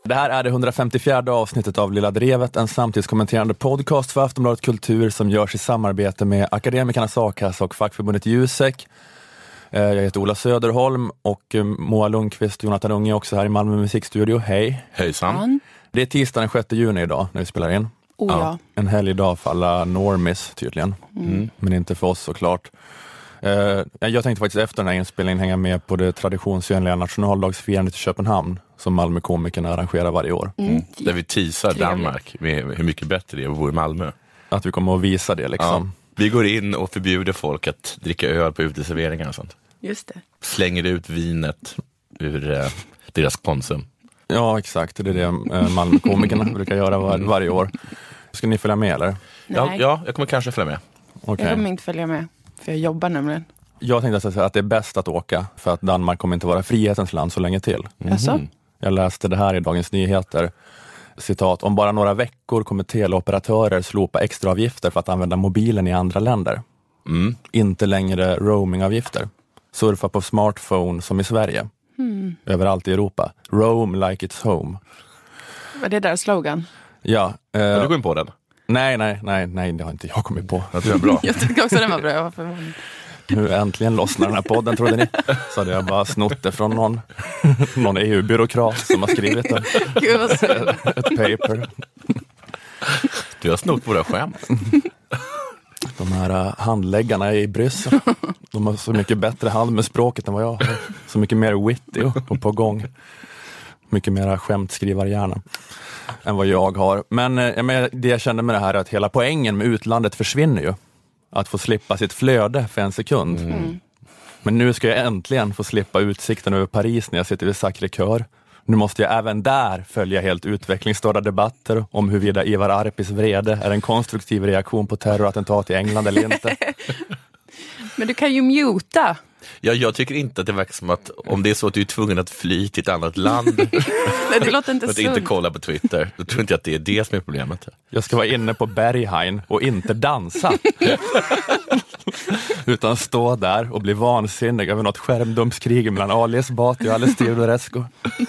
Det här är det 154 avsnittet av Lilla Drevet, en samtidskommenterande podcast för Aftonbladet Kultur som görs i samarbete med Akademikernas A-kassa och fackförbundet Jusek. Jag heter Ola Söderholm och Moa Lundqvist och Jonathan Unge också här i Malmö musikstudio. Hej! Hejsan! Det är tisdag den 6 juni idag när vi spelar in. Ja. En helgdag för alla normis tydligen, men inte för oss såklart. Jag tänkte faktiskt efter den här inspelningen hänga med på det traditionsvänliga nationaldagsfirandet i Köpenhamn som Malmö-komikerna arrangerar varje år. Där vi teasar Danmark med hur mycket bättre det är att bo i Malmö. Att vi kommer att visa det liksom. Ja. Vi går in och förbjuder folk att dricka öl på uteserveringar och sånt. Just det. Slänger ut vinet ur deras konsum. Ja, exakt. Det är det Malmö-komikerna brukar göra varje år. Ska ni följa med eller? Ja, jag kommer kanske följa med. Okay. Jag kommer inte följa med, för jag jobbar nämligen. Jag tänkte säga att det är bäst att åka för att Danmark kommer inte vara frihetens land så länge till. Jag läste det här i Dagens Nyheter. Citat, om bara några veckor kommer teleoperatörer slopa extraavgifter för att använda mobilen i andra länder. Inte längre roamingavgifter. Surfa på smartphone som i Sverige. Överallt i Europa. Roam like it's home. Var det där slogan? Ja. Har du kommit på den? Nej, det har inte jag kommit på. Jag tror den är bra. Jag tycker också den var bra. Nu äntligen lossnar den här podden, trodde ni. Så hade jag bara snott det från någon EU-byråkrat som har skrivit det. Gud vad synd. Ett paper. Du har snott våra skämt. De här handläggarna i Bryssel, de har så mycket bättre hand med språket än vad jag har. Så mycket mer witty och på gång. Mycket mer skämtskrivarhjärna än vad jag har. Men det jag kände med det här är att hela poängen med utlandet försvinner ju. Att få slippa sitt flöde för en sekund. Men nu ska jag äntligen få slippa utsikten över Paris när jag sitter vid Sacré-Cœur. Nu måste jag även där följa helt utvecklingsstörda debatter om huruvida Ivar Arpis vrede är en konstruktiv reaktion på terrorattentat i England eller inte. Men du kan ju muta. Ja, jag tycker inte att det verkar som att om det är så att du är tvungen att fly till ett annat land Nej, det låter inte för att sunt. inte kolla på Twitter, då tror inte jag att det är det som är problemet. Jag ska vara inne på Berghain och inte dansa. Utan stå där och bli vansinnig över något skärmdumpskrig mellan Ali Esbati och Alice Teodorescu.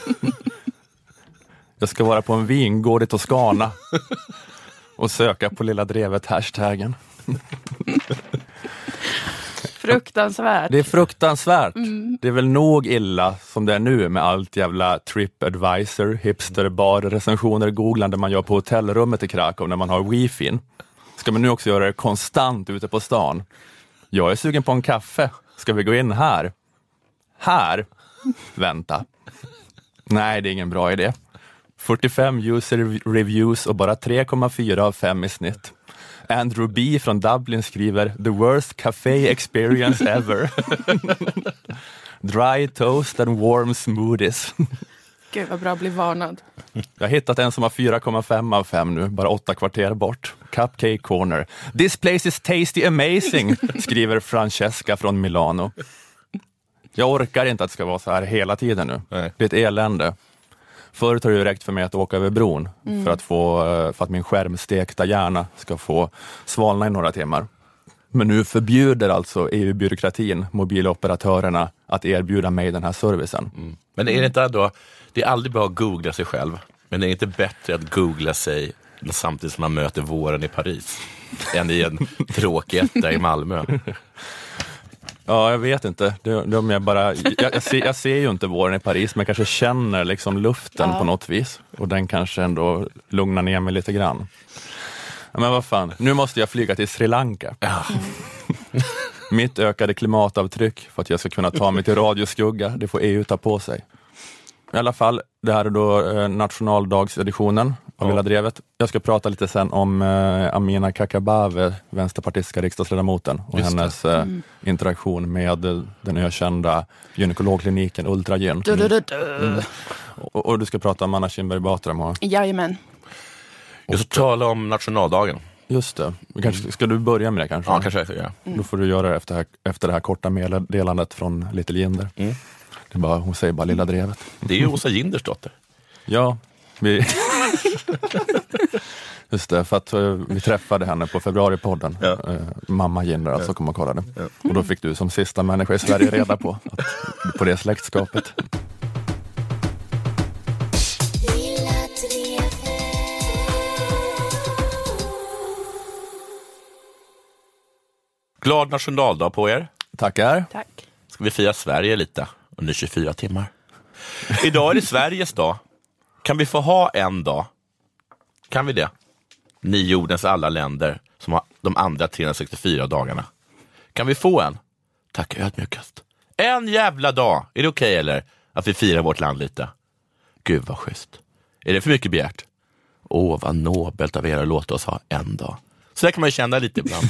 Jag ska vara på en vingård i Toscana och söka på Lilla Drevet hashtaggen. Fruktansvärt. Det är fruktansvärt. Det är väl nog illa som det är nu med allt jävla TripAdvisor, hipsterbar, recensioner, googlande man gör på hotellrummet i Krakow när man har wifi. Ska man nu också göra det konstant ute på stan? Jag är sugen på en kaffe. Ska vi gå in här? Här? Vänta. Nej, det är ingen bra idé. 45 user reviews och bara 3,4 av 5 i snitt. Andrew B från Dublin skriver The worst café experience ever. Dry toast and warm smoothies. Gud vad bra att bli varnad. Jag har hittat en som har 4,5 av 5 nu, bara 8 kvarter bort. Cupcake Corner. This place is tasty amazing, skriver Francesca från Milano. Jag orkar inte att det ska vara så här hela tiden nu. Nej. Det är ett elände. Förut har det ju räckt för mig att åka över bron för att min skärmstekta hjärna ska få svalna i några timmar. Men nu förbjuder alltså EU-byråkratin mobiloperatörerna att erbjuda mig den här servicen. Men är det inte då, det är aldrig bra att googla sig själv, men det är inte bättre att googla sig samtidigt som man möter våren i Paris än i en tråkig etta i Malmö. Ja, jag vet inte. Jag ser ju inte våren i Paris, men jag kanske känner liksom luften på något vis. Och den kanske ändå lugnar ner mig lite grann. Men vad fan, nu måste jag flyga till Sri Lanka. Mitt ökade klimatavtryck för att jag ska kunna ta mig till radioskugga, det får EU ta på sig. I alla fall, det här är då nationaldagseditionen av Lilla Drevet. Jag ska prata lite sen om Amina Kakabaveh, vänsterpartistiska riksdagsledamoten, och hennes interaktion med den ökända gynekologkliniken Ultragyn. Och du ska prata om Anna Kinberg Batra. Jajamän. Jag ska tala om nationaldagen. Just det. Ska du börja med det kanske? Ja, kanske jag ska göra. Då får du göra det efter det här korta meddelandet från Little Jinder. Det är bara, hon säger bara Lilla Drevet. Det är ju Åsa Jinders dotter. Ja, just det, för att vi träffade henne på februaripodden. Mamma Jinder alltså kom och kollade. Och då fick du som sista människa i Sverige reda på det släktskapet. Lilla Glad nationaldag på er. Tackar. Tack. Ska vi fira Sverige lite under 24 timmar. Idag är det Sveriges dag. Kan vi få ha en dag? Kan vi det? Ni jordens alla länder som har de andra 364 dagarna. Kan vi få en? Tack ödmjukast. En jävla dag. Är det okej eller? Att vi firar vårt land lite. Gud vad schysst. Är det för mycket begärt? Vad nobelt av er att låta oss ha en dag. Så där kan man ju känna lite ibland.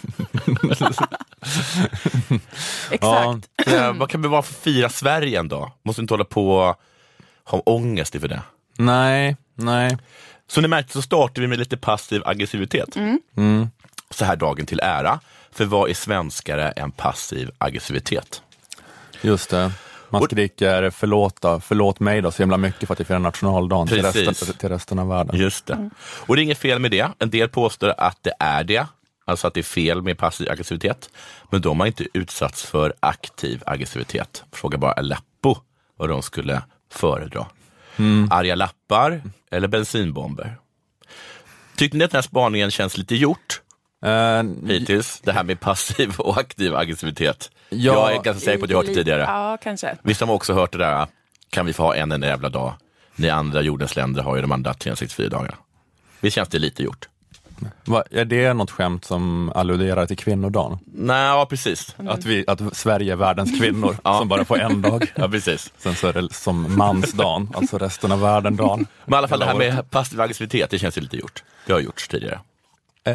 Exakt. Ja, vad kan vi vara för fira Sverige en dag? Måste inte hålla på och ha ångest inför det. Nej. Så ni märkte så startar vi med lite passiv aggressivitet. Så här dagen till ära. För vad är svenskare än passiv aggressivitet? Just det. Man skriker förlåt mig då så himla mycket för att jag firar nationaldagen till resten av världen. Just det. Och det är inget fel med det. En del påstår att det är det. Alltså att det är fel med passiv aggressivitet. Men de har inte utsatts för aktiv aggressivitet. Fråga bara Aleppo vad de skulle föredra. Arga lappar eller bensinbomber. Tyckte ni att den här spaningen känns lite gjort? Hittills, det här med passiv och aktiv aggressivitet. Jag är ganska säker på att jag har hört det tidigare. Ja, kanske. Visst har man också hört det där, kan vi få ha en jävla dag? Ni andra jordens länder har ju de andra 364 dagarna. Visst känns det lite gjort? Är det något skämt som alluderar till kvinnodagen? Nej, ja precis. Att Sverige är världens kvinnor som bara får en dag. Ja, precis. Sen så är det som mansdagen, alltså resten av världen-dagen. Men i alla fall det här med passiv aggressivitet, det känns ju lite gjort. Det har gjorts tidigare. Men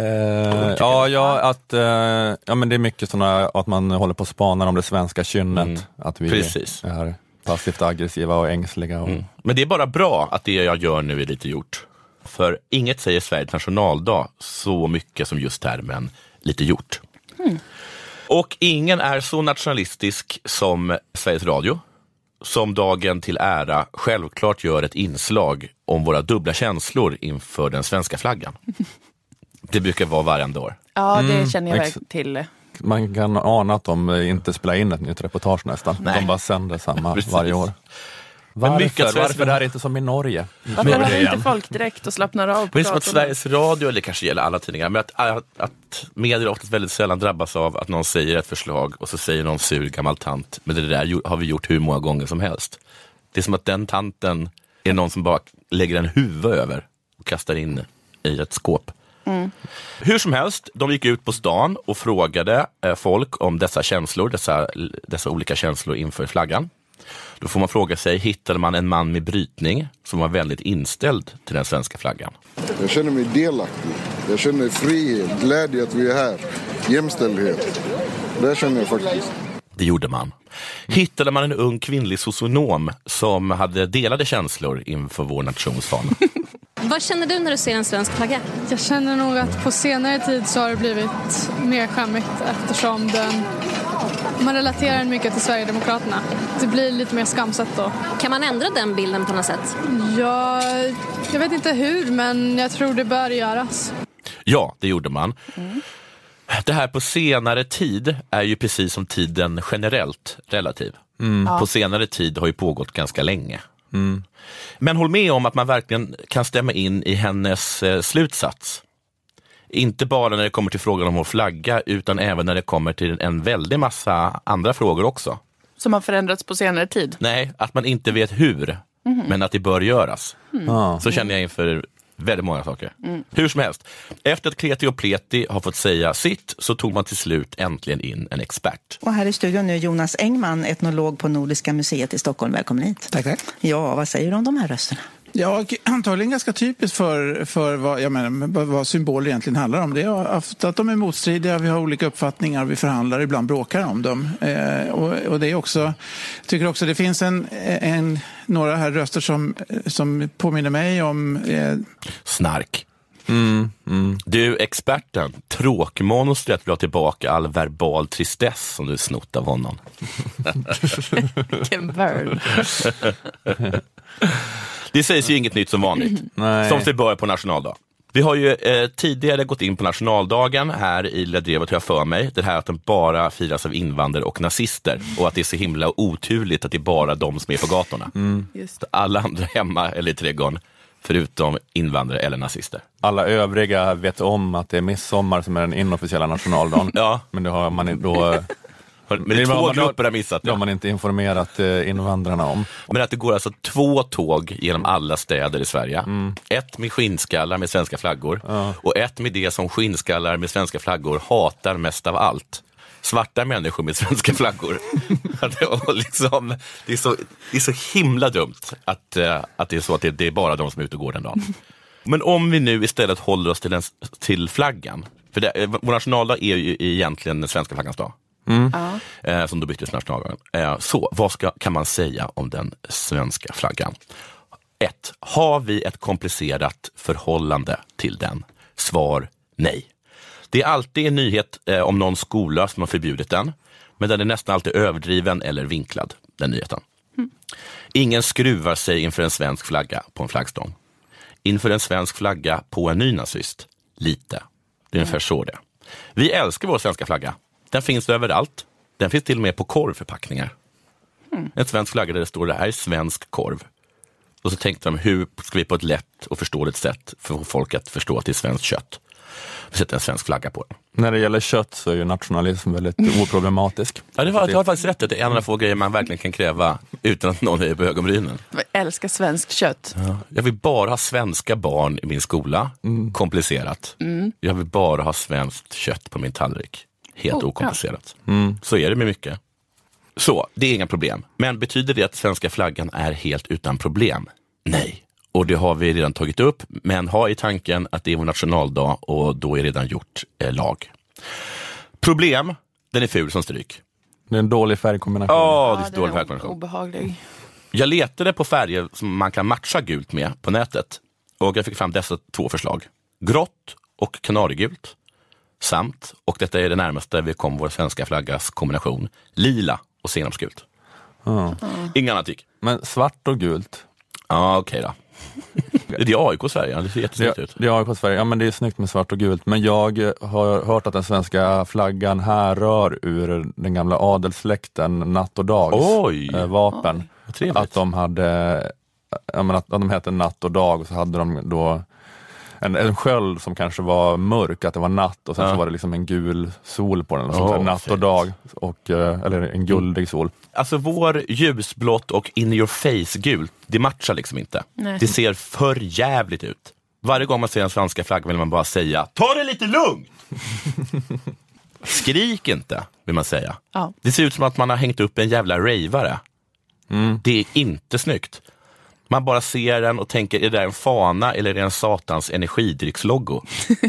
det är mycket sådana att man håller på att spana om det svenska kynnet. Att vi är passivt aggressiva och ängsliga. Och... Men det är bara bra att det jag gör nu är lite gjort. För inget säger Sveriges nationaldag så mycket som just termen lite gjort. Och ingen är så nationalistisk som Sveriges Radio, som dagen till ära självklart gör ett inslag om våra dubbla känslor inför den svenska flaggan. Det brukar vara varje år. Ja, det känner jag väl till. Man kan ana att de inte spelar in ett nytt reportage nästan. Nej. De bara sänder samma varje år. Varför är det inte som i Norge? Varför har inte folk direkt och slappnar av på det är som att datorn? Sveriges Radio, eller kanske gäller alla tidningar, men att medier oftast väldigt sällan drabbas av att någon säger ett förslag och så säger någon sur gammal tant, men det där har vi gjort hur många gånger som helst. Det är som att den tanten är någon som bara lägger en huvud över och kastar in i ett skåp. Hur som helst, de gick ut på stan och frågade folk om dessa känslor, dessa olika känslor inför flaggan. Då får man fråga sig, hittade man en man med brytning som var väldigt inställd till den svenska flaggan? Jag känner mig delaktig. Jag känner frihet, glädje att vi är här. Jämställdhet. Det känner jag faktiskt. Det gjorde man. Hittade man en ung kvinnlig socionom som hade delade känslor inför vår nations fana? Vad känner du när du ser en svensk flagga? Jag känner nog att på senare tid så har det blivit mer skämmigt eftersom man relaterar mycket till Sverigedemokraterna. Det blir lite mer skamset då. Kan man ändra den bilden på något sätt? Ja, jag vet inte hur, men jag tror det bör göras. Ja, det gjorde man. Det här på senare tid är ju precis som tiden generellt relativ. På senare tid har ju pågått ganska länge. Men håll med om att man verkligen kan stämma in i hennes slutsats. Inte bara när det kommer till frågan om vår flagga, utan även när det kommer till en väldig massa andra frågor också. Som har förändrats på senare tid? Nej, att man inte vet hur, men att det bör göras. Så känner jag inför väldigt många saker. Hur som helst, efter att Kreti och Pleti har fått säga sitt så tog man till slut äntligen in en expert. Och här i studion nu Jonas Engman, etnolog på Nordiska museet i Stockholm. Välkommen hit. Tack. Ja, vad säger du om de här rösterna? Ja, antagligen ganska typiskt för vad symboler egentligen handlar om. Det är att de är motstridiga, vi har olika uppfattningar, vi förhandlar, ibland bråkar om dem. Och det är också, jag tycker också det finns några här röster som påminner mig om... Snark. Du, experten, tråkmonstret vill ha tillbaka all verbal tristess som du snott av honom. Vilken burn. Det sägs ju inget nytt som vanligt. Nej. Som sig börjar på nationaldag. Vi har ju tidigare gått in på nationaldagen här i Ledrevet, har jag för mig. Det här att den bara firas av invandrare och nazister. Och att det är så himla oturligt att det är bara de som är på gatorna. Just. Alla andra hemma eller i trädgården förutom invandrare eller nazister. Alla övriga vet om att det är midsommar som är den inofficiella nationaldagen. Ja. Men det har man då... Men det är två grupper har missat det. Det har man inte informerat invandrarna om. Men att det går alltså 2 tåg genom alla städer i Sverige. Ett med skinnskallar med svenska flaggor. Och ett med det som skinnskallar med svenska flaggor hatar mest av allt. Svarta människor med svenska flaggor. Liksom, det är så himla dumt att det är så att det är bara de som är ute och går den dagen. Men om vi nu istället håller oss till flaggan. För vår nationaldag är ju egentligen den svenska flaggans dag. Som då byttes nationaldagen. Så vad kan man säga om den svenska flaggan? 1. Har vi ett komplicerat förhållande till den? Svar nej. Det är alltid en nyhet om någon skola som har förbjudit den, men den är nästan alltid överdriven eller vinklad, den nyheten. Ingen skruvar sig inför en svensk flagga på en flaggstång. Inför en svensk flagga på en ny nazist. Lite. Det är ungefär så det. Vi älskar vår svenska flagga. Den finns överallt. Den finns till och med på korvförpackningar. En svensk flagga där det står det här är svensk korv. Och så tänkte de, hur ska vi på ett lätt och förståeligt sätt få folk att förstå att det är svenskt kött? Vi sätter en svensk flagga på den. När det gäller kött så är ju nationalism väldigt oproblematisk. Ja, det har faktiskt rätt. Det är en av få grejer man verkligen kan kräva utan att någon är på ögonbrynen. Jag älskar svensk kött. Ja. Jag vill bara ha svenska barn i min skola. Komplicerat. Jag vill bara ha svenskt kött på min tallrik. Helt okomplicerat. Så är det med mycket. Så, det är inga problem. Men betyder det att svenska flaggan är helt utan problem? Nej. Och det har vi redan tagit upp. Men ha i tanken att det är vår nationaldag och då är redan gjort lag. Problem, den är ful som stryk. Det är en dålig färgkombination. Ja, det är en dålig färgkombination. Obehaglig. Jag letade på färger som man kan matcha gult med på nätet. Och jag fick fram dessa 2 förslag. Grått och kanarigult. Samt, och detta är det närmaste vi kom vår svenska flaggas kombination, lila och senapsgult. Inga annat gick. Men svart och gult? Ja, okej då. Det är AIK Sverige, det ser jättesnyggt ut. Det är AIK Sverige, ja men det är snyggt med svart och gult. Men jag har hört att den svenska flaggan härrör ur den gamla adelssläkten Natt och Dags vapen. Att de hade, att de hette Natt och Dag och så hade de då en sköld som kanske var mörk, att det var natt och sen så var det liksom en gul sol på den. Och natt och dag, eller en guldig sol. Alltså vår ljusblått och in your face gult, det matchar liksom inte. Nej. Det ser för jävligt ut. Varje gång man ser en svenska flagga vill man bara säga, ta det lite lugnt! Skrik inte, vill man säga. Ja. Det ser ut som att man har hängt upp en jävla ravare. Det är inte snyggt. Man bara ser den och tänker, är det en fana eller är det en satans energidryckslogo?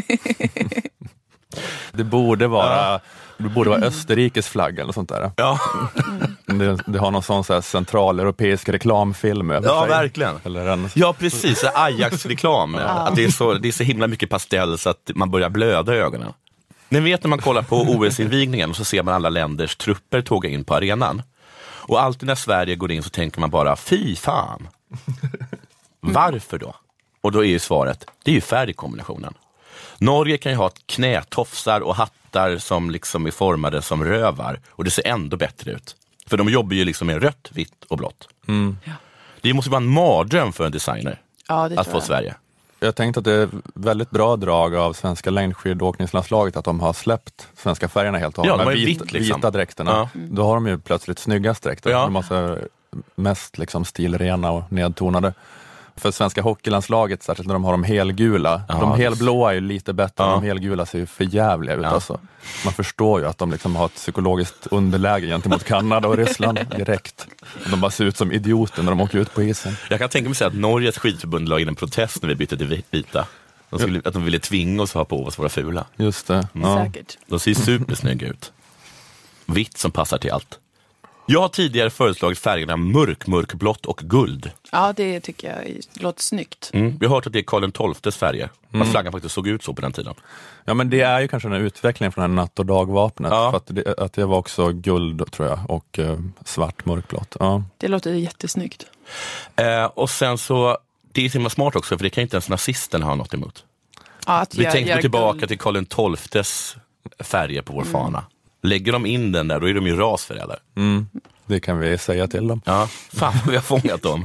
Det borde vara Österrikes flagga eller sånt där. Ja. Det har någon sån så här centraleuropeisk reklamfilm över sig. Ja, verkligen. Eller ja, precis. Ajax-reklam. Att det är så himla mycket pastell så att man börjar blöda i ögonen. Ni vet när man kollar på OS-invigningen och så ser man alla länders trupper tåga in på arenan. Och alltid när Sverige går in så tänker man bara, fy fan. Varför då? Och då är ju svaret, det är ju färgkombinationen. Norge kan ju ha knätofsar och hattar som liksom är formade som rövar. Och det ser ändå bättre ut. För de jobbar ju liksom med rött, vitt och blått. Ja. Det måste vara en mardröm för en designer att få Sverige. Jag tänkte att det är väldigt bra drag av svenska längdskidåkningslandslaget att de har släppt svenska färgerna helt och hållet. Ja, de liksom. Vita dräkterna. Ja. Då har de ju plötsligt snygga dräkter. Ja. De är mest liksom stilrena och nedtonade. För svenska hockeylandslaget, särskilt när de har de helgula. Ja, de helblåa är ju lite bättre, de helgula ser ju för jävliga ut. Alltså. Man förstår ju att de liksom har ett psykologiskt underläge gentemot Kanada och Ryssland direkt. De bara ser ut som idioter när de åker ut på isen. Jag kan tänka mig att Norges skidförbund la in en protest när vi bytte till vita. Att de ville tvinga oss att ha på oss våra fula. Just det. Ja. Säkert. De ser supersnygga ut. Vitt som passar till allt. Jag har tidigare föreslagit färgerna mörkblått och guld. Ja, det tycker jag låter snyggt. Vi har hört att det är Karl XIIs färger. Att flaggan faktiskt såg ut så på den tiden. Ja, men det är ju kanske den utvecklingen från den natt- och dagvapnet. Ja. För att det var också guld, tror jag, och svart mörkblått. Ja. Det låter jättesnyggt. Och sen så, det är så himla smart också, för det kan inte ens nazisten ha något emot. Ja, vi tänkte tillbaka till Karl XIIs färger på vår fana. Lägger de in den där, då är de ju rasförrädare. Det kan vi säga till dem. Ja, fan vi har fångat dem.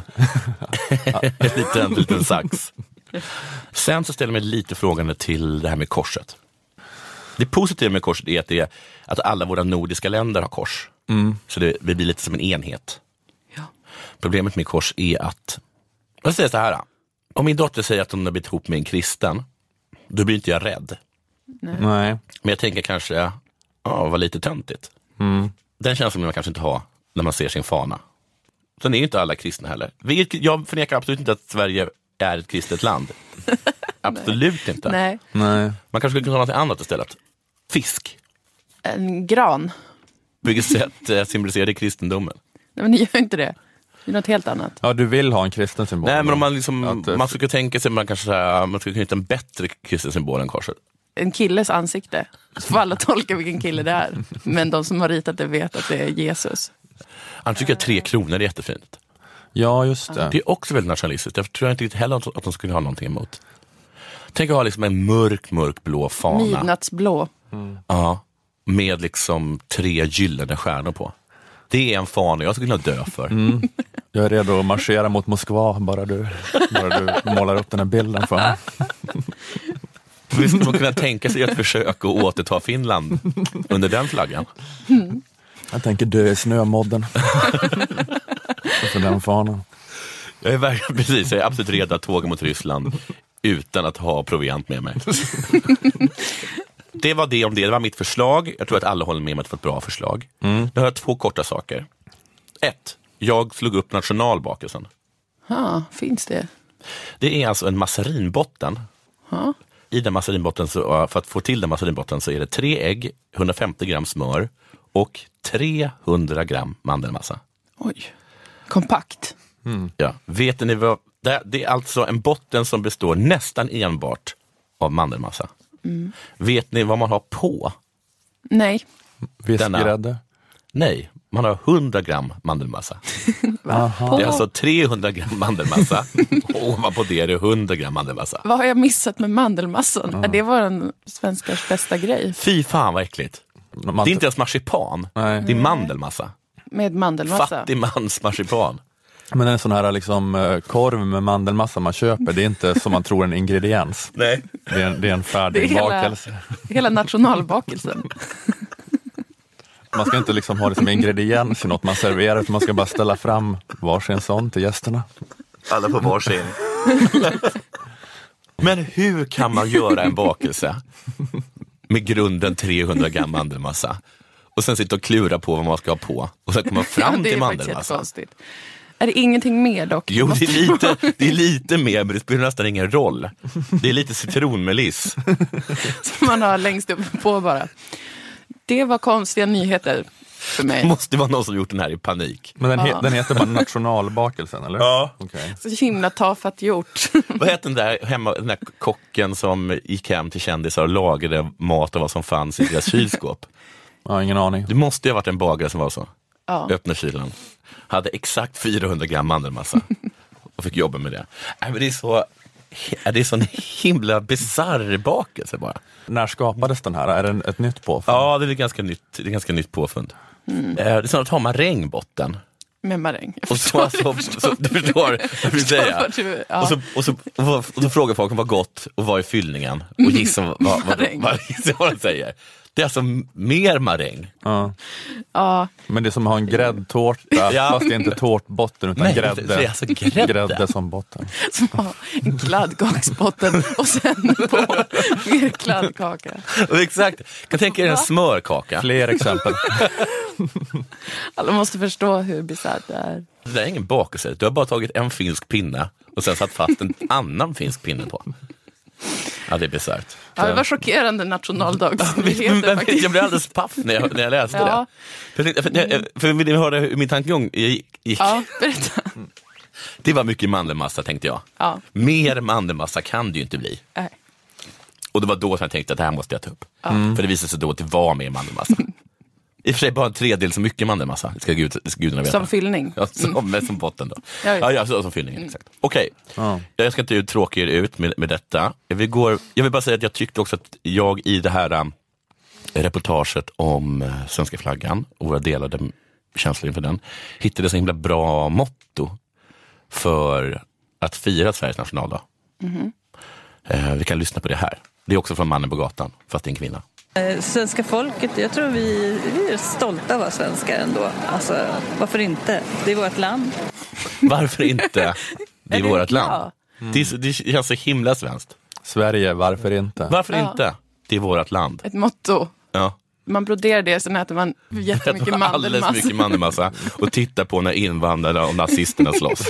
en liten sax. Sen så ställer jag mig lite frågande till det här med korset. Det positiva med korset är att alla våra nordiska länder har kors. Så det blir lite som en enhet. Ja. Problemet med kors är att, jag säger så här, om min dotter säger att hon har blivit ihop med en kristen, då blir inte jag rädd. Nej. Men jag tänker kanske, vad lite töntigt. Den känslan vill man kanske inte ha när man ser sin fana. Sen är ju inte alla kristna heller. Jag förnekar absolut inte att Sverige är ett kristet land. Absolut inte. Nej. Nej. Man kanske skulle kunna ha något annat istället. Fisk. En gran. På vilket sätt symboliserar det kristendomen? Nej, men det gör inte det. Det är något helt annat. Ja, du vill ha en kristen symbol. Nej, men om man liksom, att, man skulle tänka sig, man kanske säga, man skulle kunna hitta en bättre kristen symbol än korset. En killes ansikte. Så får alla tolka vilken kille det är. Men de som har ritat det vet att det är Jesus. Han tycker att 3 kronor är jättefint. Ja, just det. Det är också väldigt nationalistiskt. Jag tror inte heller att de skulle ha någonting emot. Tänk att ha liksom en mörk blå fana. Midnattsblå. Ja, med liksom 3 gyllene stjärnor på. Det är en fana jag skulle kunna dö för. Jag är redo att marschera mot Moskva bara du målar upp den här bilden för mig. Hur skulle man kunna tänka sig ett försök att återta Finland under den flaggan? Jag tänker dö i snömodden. För den fanan. Jag är verkligen precis, jag är absolut redo att tåga mot Ryssland utan att ha proviant med mig. Det var det om det. Det var mitt förslag. Jag tror att alla håller med om att det var ett bra förslag. Nu har jag 2 korta saker. 1. Jag slog upp nationalbakelsen. Ja, finns det? Det är alltså en massarinbotten. Ja. I den massarinbotten, så, för att få till den massarinbotten, så är det 3 ägg, 150 gram smör och 300 gram mandelmassa. Oj, kompakt. Ja. Vet ni vad? Det är alltså en botten som består nästan enbart av mandelmassa. Vet ni vad man har på? Nej. Vispgrädde? Nej, man har 100 gram mandelmassa. På... Det är alltså 300 gram mandelmassa och ovanpå det är det 100 gram mandelmassa. Vad har jag missat med mandelmassan? Det var en svenskars bästa grej. Fy fan vad äckligt. Det är inte ens marsipan. Nej. Det är mandelmassa. Med mandelmassa. Fattig mans marsipan. Men en sån här liksom, korv med mandelmassa man köper, det är inte som man tror en ingrediens. Nej. Det är en färdig bakelse. Hela nationalbakelsen. Man ska inte liksom ha det som ingrediens i något man serverar, utan man ska bara ställa fram varsin sån till gästerna. Alla på varsin. Men hur kan man göra en bakelse med grunden 300 gram mandelmassa och sen sitta och klura på vad man ska ha på och sen komma fram till mandelmassa? Konstigt. Är det ingenting mer dock? Jo, det är lite mer, men det spelar nästan ingen roll. Det är lite citronmeliss. Som man har längst upp på bara. Det var konstiga nyheter för mig. Det måste vara någon som gjort den här i panik. Men den heter bara nationalbakelsen, eller? Ja. Okay. Så himla tafatt gjort. Vad heter den där kocken som gick hem till kändisar och lagade mat och vad som fanns i deras kylskåp? Ja, ingen aning. Det måste ju ha varit en bagare som var så. Ja. Öppna kylen. Hade exakt 400 gram mandelmassa. Och fick jobba med det. Men det är så en himla bizarr bakelse bara. När skapades den här? Är det ett nytt påfund? Ja, det är ganska nytt påfund. Det är som att ha marängbotten. Med maräng. Och så du förstår vad jag vill säga. Ja. Och så frågar folk om vad gott och vad är fyllningen. Och gissa vad de säger. Det är alltså mer maräng. Ja. Ja. Men det är som att ha en gräddtårta, fast det är inte tårtbotten utan Nej, grädde. det är alltså grädde Som som botten. har en kladdkaksbotten och sen på mer kladdkaka. Exakt. Kan tänka er en smörkaka. Fler exempel. Alla måste förstå hur bisarrt det är. Det där är ingen bakelse. Du har bara tagit en finsk pinne och sen satt fast en annan finsk pinne på. Ja, det är bisarrt. Ja, det var chockerande nationaldagsnyheter faktiskt. Jag blev alldeles paff när jag läste det. För vill ni höra hur min tankegång gick? Ja, berätta. Det var mycket mandelmassa, tänkte jag. Ja. Mer mandelmassa kan det ju inte bli. Nej. Och det var då som jag tänkte att det här måste jag ta upp. För det visade sig då att det var mer mandelmassa. I och för sig bara en tredjedel så mycket mandelmassa. Det ska gudarna veta. Som fyllning. Ja, som botten då. Ja, som fyllning, exakt. Okej. Jag ska inte tråka er ut med detta. Jag vill bara säga att jag tyckte också att jag i det här reportaget om svenska flaggan och våra delade känsla inför den, hittade så himla bra motto för att fira Sveriges nationaldag. Vi kan lyssna på det här. Det är också från Mannen på gatan, fast det är en kvinna. Svenska folket, jag tror vi är stolta att vara svenskar ändå. Alltså, varför inte? Det är vårt land. Varför inte? Det är vårt land. Det känns så himla svenskt. Sverige, varför inte? Varför inte? Det är vårt land. Ett motto. Ja. Man broderar det, sen äter man jättemycket mandelmassa. Alldeles mycket mandelmassa. Och tittar på när invandrarna och nazisterna slåss.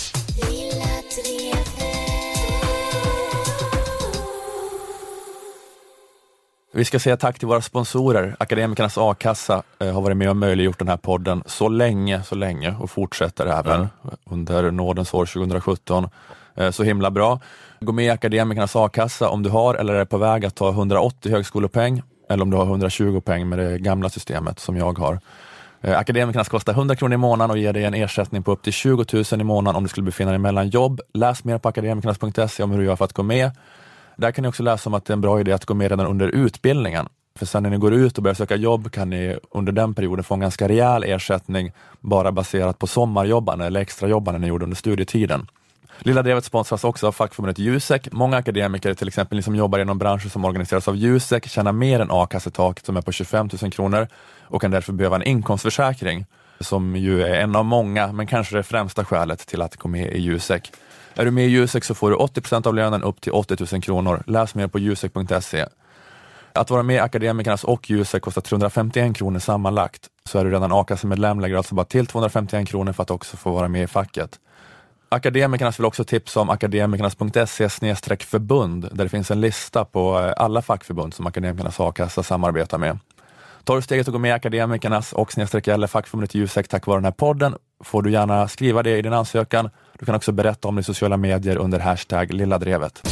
Vi ska säga tack till våra sponsorer. Akademikernas A-kassa har varit med och möjliggjort den här podden så länge och fortsätter även under nådens år 2017. Så himla bra. Gå med i Akademikernas A-kassa om du har eller är på väg att ta 180 högskolepeng eller om du har 120 poäng med det gamla systemet som jag har. Akademikernas kostar 100 kronor i månaden och ger dig en ersättning på upp till 20 000 i månaden om du skulle befinna dig mellan jobb. Läs mer på akademikernas.se om hur du gör för att gå med. Där kan ni också läsa om att det är en bra idé att gå med redan under utbildningen. För sen när ni går ut och börjar söka jobb kan ni under den perioden få en ganska rejäl ersättning bara baserat på sommarjobbarna eller extrajobbande ni gjorde under studietiden. Lilla Drevet sponsras också av fackförbundet Jusek. Många akademiker, till exempel ni som jobbar inom branscher som organiseras av Jusek, tjänar mer än a-kassetaket som är på 25 000 kronor och kan därför behöva en inkomstförsäkring som ju är en av många, men kanske det främsta skälet till att gå med i Jusek. Är du med i Jusek så får du 80% av lönen upp till 80 000 kronor. Läs mer på jusek.se. Att vara med i Akademikernas och Jusek kostar 351 kronor sammanlagt. Så är du redan a-kassemedlem, lägger alltså bara till 251 kronor för att också få vara med i facket. Akademikernas vill också tipsa om akademikernas.se/förbund där det finns en lista på alla fackförbund som Akademikernas A-kassa samarbetar med. Tar du steget att gå med i Akademikernas och /eller fackförbundet Jusek tack vare den här podden får du gärna skriva det i din ansökan. Du kan också berätta om det i sociala medier under hashtag Lilla Drevet.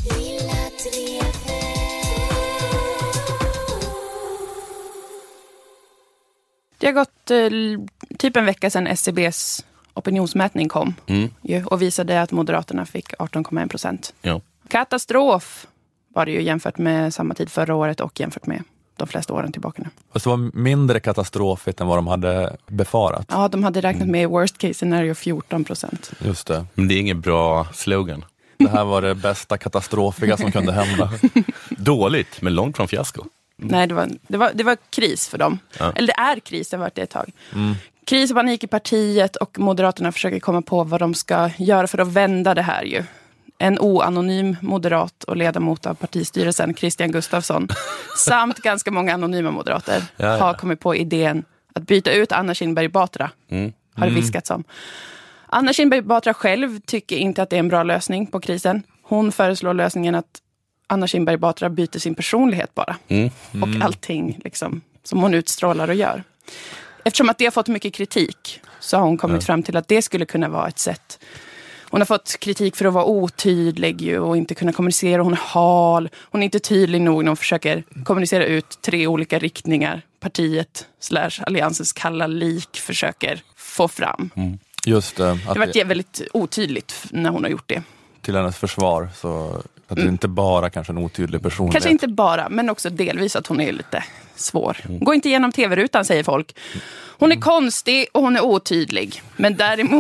Det har gått typ en vecka sedan SCBs opinionsmätning kom och visade att Moderaterna fick 18,1%. Ja. Katastrof var det ju jämfört med samma tid förra året och jämfört med de flesta åren tillbaka nu. Fast det var mindre katastrofigt än vad de hade befarat. Ja, de hade räknat med worst case scenario 14%. Just det. Men det är ingen bra slogan. Det här var det bästa katastrofiga som kunde hända. Dåligt, men långt från fiasko. Nej, det var kris för dem. Ja. Eller det är kris, det har varit det ett tag. Kris och panik i partiet och Moderaterna försöker komma på vad de ska göra för att vända det här ju. En oanonym moderat och ledamot av partistyrelsen, Christian Gustafsson, samt ganska många anonyma moderater har kommit på idén att byta ut Anna Kinberg Batra. Har det viskats om. Anna Kinberg Batra själv tycker inte att det är en bra lösning på krisen. Hon föreslår lösningen att Anna Kinberg Batra byter sin personlighet bara. Och allting liksom, som hon utstrålar och gör. Eftersom att det har fått mycket kritik så har hon kommit fram till att det skulle kunna vara ett sätt. Hon har fått kritik för att vara otydlig ju, och inte kunna kommunicera. Hon är hal. Hon är inte tydlig nog när hon försöker kommunicera ut 3 olika riktningar. Partiet / alliansens kalla lik försöker få fram. Just det. Det har varit väldigt otydligt när hon har gjort det. Till hennes försvar så att det inte bara kanske en otydlig personlighet. Kanske inte bara, men också delvis att hon är lite svår. Gå inte igenom tv-rutan, säger folk. Hon är konstig och hon är otydlig. Men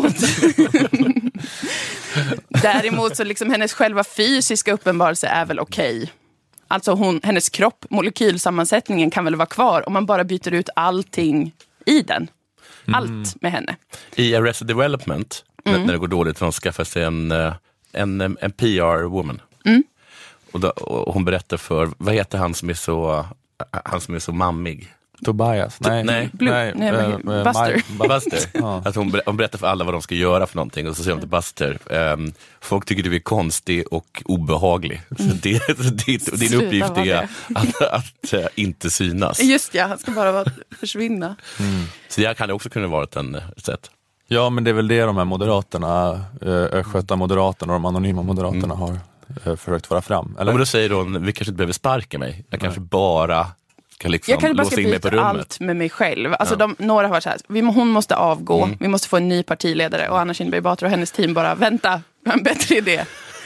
däremot så liksom hennes själva fysiska uppenbarelse är väl okej. Alltså hennes kropp, molekylsammansättningen kan väl vara kvar om man bara byter ut allting i den. Allt med henne. I Arrested Development, när det går dåligt, för hon skaffar sig en PR-woman. Och hon berättar för, vad heter han som är så mammig? Tobias? Nej. Buster. Att hon berättar för alla vad de ska göra för någonting och så säger hon till Buster, folk tycker du är konstig och obehaglig. Så din uppgift är att inte synas. Just ja, han ska bara försvinna. Så det kan också kunna vara ett sätt. Ja, men det är väl det de här moderaterna, östgöta moderaterna och de anonyma moderaterna har försökt föra fram. Eller? Men då säger hon, vi kanske inte behöver sparka mig. Jag kanske bara kan liksom jag kan bara låsa in mig på rummet. Allt med mig själv. Alltså några har varit så här, hon måste avgå. Vi måste få en ny partiledare. Och Anna Kinberg Batra och hennes team bara, vänta, en bättre idé.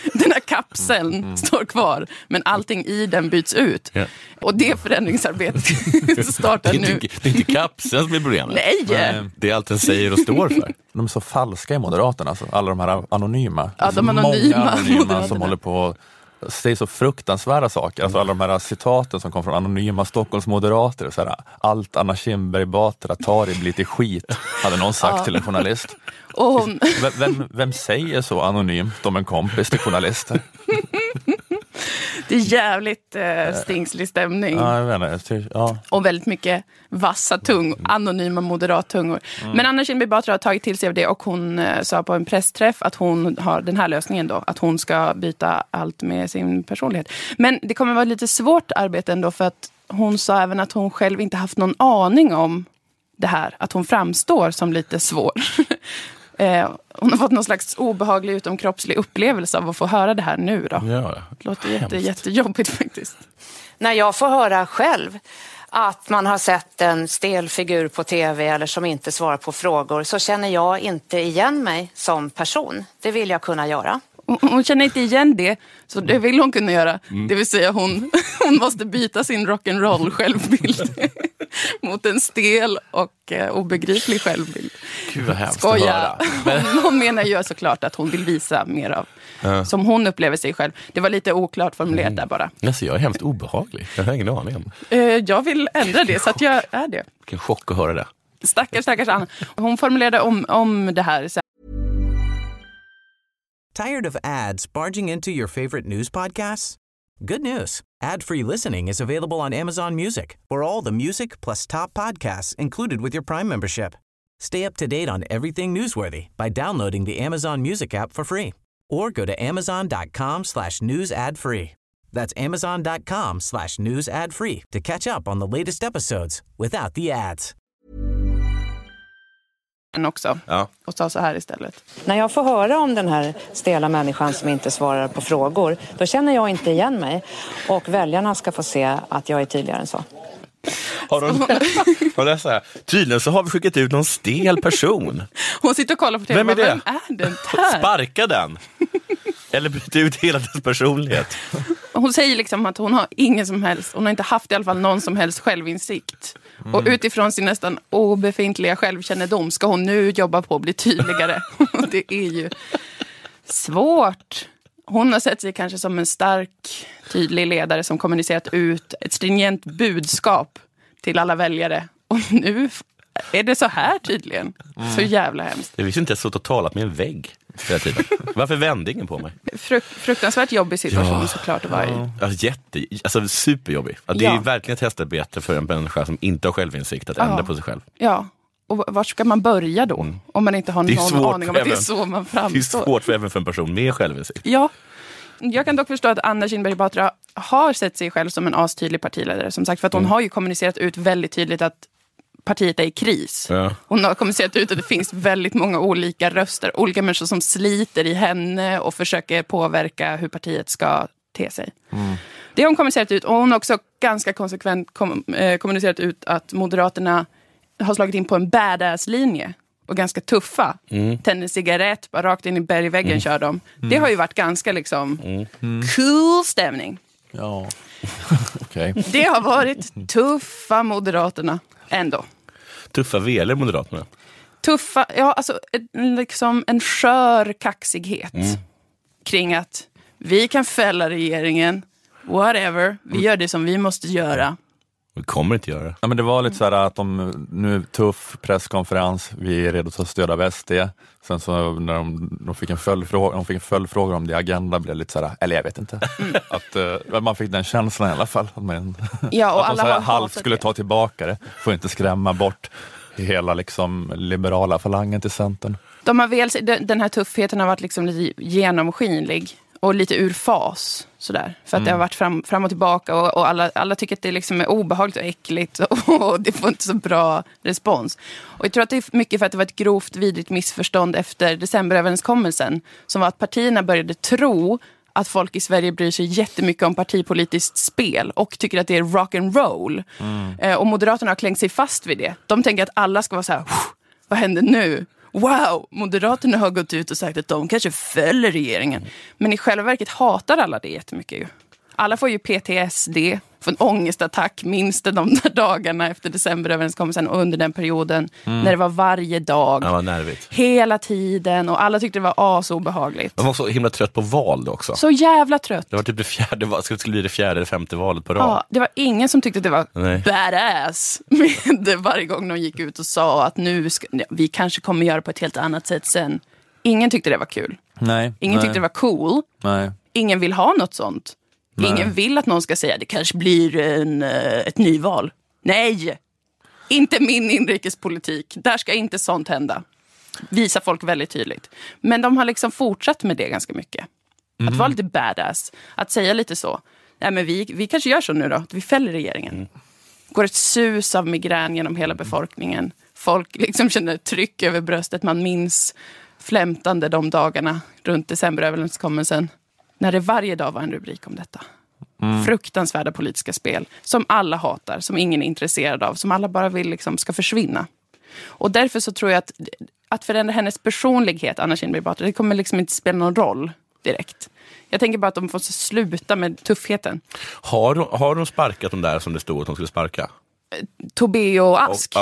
Den här kapseln står kvar, men allting i den byts ut. Ja. Och det förändringsarbetet startar nu. Det är inte kapseln som är problemet. Nej! Det är allt den säger och står för. De är så falska i Moderaterna, alltså. Alla de här anonyma. Ja, de många anonyma Moderaterna som håller på säger så fruktansvärda saker. Alltså alla de här citaten som kom från anonyma Stockholms moderater. Så här, allt Anna Kinberg Batra tar i blir till skit, hade någon sagt till en journalist. Och hon... vem säger så anonymt om en kompis till journalister? Det är jävligt stingslig stämning. Ja, jag vet inte. Ja. Och väldigt mycket vassa anonyma moderattungor. Men Anna Kinberg Batra har tagit till sig av det och hon sa på en pressträff att hon har den här lösningen då. Att hon ska byta allt med sin personlighet. Men det kommer vara lite svårt arbete ändå för att hon sa även att hon själv inte haft någon aning om det här. Att hon framstår som lite svår. Hon har fått någon slags obehaglig utomkroppslig upplevelse av att få höra det här nu då. Ja, det låter jättejobbigt faktiskt. När jag får höra själv att man har sett en stel figur på tv eller som inte svarar på frågor så känner jag inte igen mig som person. Det vill jag kunna göra. Hon känner inte igen det, så det vill hon kunna göra. Det vill säga hon måste byta sin rock'n'roll självbild mot en stel och obegriplig självbild. Gud vad hemskt Skoja. att höra. Hon menar ju såklart att hon vill visa mer av som hon upplever sig själv. Det var lite oklart formulerat där bara. Alltså, jag är hemskt obehaglig. Jag har ingen aning om. Jag vill ändra det så att jag är det. Vilken chock att höra det. Stackars Anna. Hon formulerade om det här. Tired of ads barging into your favorite news podcasts? Good news. Ad-free listening is available on Amazon Music for all the music plus top podcasts included with your Prime membership. Stay up to date on everything newsworthy by downloading the Amazon Music app for free or go to amazon.com/news ad free. That's amazon.com/news ad free to catch up on the latest episodes without the ads. Också. Ja. Och sa så här istället. När jag får höra om den här stela människan som inte svarar på frågor, då känner jag inte igen mig. Och väljarna ska få se att jag är tydligare än så. Har det så här? Tydligen så har vi skickat ut någon stel person. Hon sitter och kollar på tv. Vem är det? Vem är den här? Sparka den. Eller byta ut hela dess personlighet. Hon säger liksom att hon har ingen som helst, hon har inte haft i alla fall någon som helst självinsikt. Och utifrån sin nästan obefintliga självkännedom ska hon nu jobba på att bli tydligare. Och det är ju svårt. Hon har sett sig kanske som en stark, tydlig ledare som kommunicerat ut ett stringent budskap till alla väljare. Och nu är det så här tydligen. Så jävla hemskt. Jag visste inte att jag stått och talat med en vägg hela tiden. Varför vände ingen på mig? Fruktansvärt jobbig situation såklart att vara i. Alltså superjobbig. Det är verkligen ett testarbete för en människa som inte har självinsikt att ändra på sig själv. Ja, och var ska man börja då? Om man inte har någon aning om att det är så man framstår. Det är svårt även för en person med självinsikt. Ja, jag kan dock förstå att Anna Kinberg Batra har sett sig själv som en astydlig partiledare. Som sagt, för att hon har ju kommunicerat ut väldigt tydligt att partiet är i kris. Ja. Hon har kommunicerat ut att det finns väldigt många olika röster. Olika människor som sliter i henne och försöker påverka hur partiet ska te sig. Det har hon kommunicerat ut. Och hon har också ganska konsekvent kommunicerat ut att Moderaterna har slagit in på en badass-linje. Och ganska tuffa. Tänder cigarett, bara rakt in i bergväggen kör de. Det har ju varit ganska liksom cool stämning. Ja, okej. Det har varit tuffa Moderaterna ändå. Tuffa veler Moderaterna. Tuffa, ja alltså liksom en skör kaxighet kring att vi kan fälla regeringen, whatever, vi gör det som vi måste göra. Vi kommer inte göra det. Ja, men det var lite så här att nu tuff presskonferens, vi är redo att stödja SD. Sen så när de fick en följdfråga om det agenda blev lite så här, eller jag vet inte. Att man fick den känslan i alla fall. Att och att de halvt skulle ta tillbaka det. Får inte skrämma bort hela liksom liberala falangen till Centern. Den här tuffheten har varit liksom lite genomskinlig. Och lite ur fas sådär. För att det har varit fram och tillbaka. Och alla tycker att det liksom är obehagligt och äckligt. Och det får inte så bra respons. Och jag tror att det är mycket för att det var ett grovt vidrigt missförstånd efter decemberöverenskommelsen. Som var att partierna började tro att folk i Sverige bryr sig jättemycket om partipolitiskt spel. Och tycker att det är rock and roll. Och Moderaterna har klängt sig fast vid det. De tänker att alla ska vara så här, vad händer nu? wow, Moderaterna har gått ut och sagt att de kanske fäller regeringen. Men i själva verket hatar alla det jättemycket ju. Alla får ju PTSD, för en ångestattack minst de där dagarna efter decemberöverenskommelsen och under den perioden när det var varje dag. Det var nervigt. Hela tiden och alla tyckte det var asobehagligt. Man var så himla trött på val då också. Så jävla trött. Det var typ det skulle bli det 4:e eller 5:e valet på rad. Ja, det var ingen som tyckte att det var badass med varje gång de gick ut och sa att vi kanske kommer göra på ett helt annat sätt sen. Ingen tyckte det var kul. Ingen tyckte det var cool. Ingen vill ha något sånt. Ingen vill att någon ska säga det kanske blir ett nyval. Nej, inte min inrikespolitik. Där ska inte sånt hända. Visar folk väldigt tydligt. Men de har liksom fortsatt med det ganska mycket. Att vara lite badass. Att säga lite så. Nej, men vi kanske gör så nu då. Att vi fäller regeringen. Går ett sus av migrän genom hela befolkningen. Folk liksom känner tryck över bröstet. Man minns flämtande de dagarna runt decemberöverenskommelsen. När det varje dag var en rubrik om detta. Fruktansvärda politiska spel. Som alla hatar, som ingen är intresserad av. Som alla bara vill liksom ska försvinna. Och därför så tror jag att förändra hennes personlighet, Anna Kinberg Batra, det kommer liksom inte spela någon roll direkt. Jag tänker bara att de får sluta med tuffheten. Har de sparkat de där som det stod att de skulle sparka? Tobé och Ask?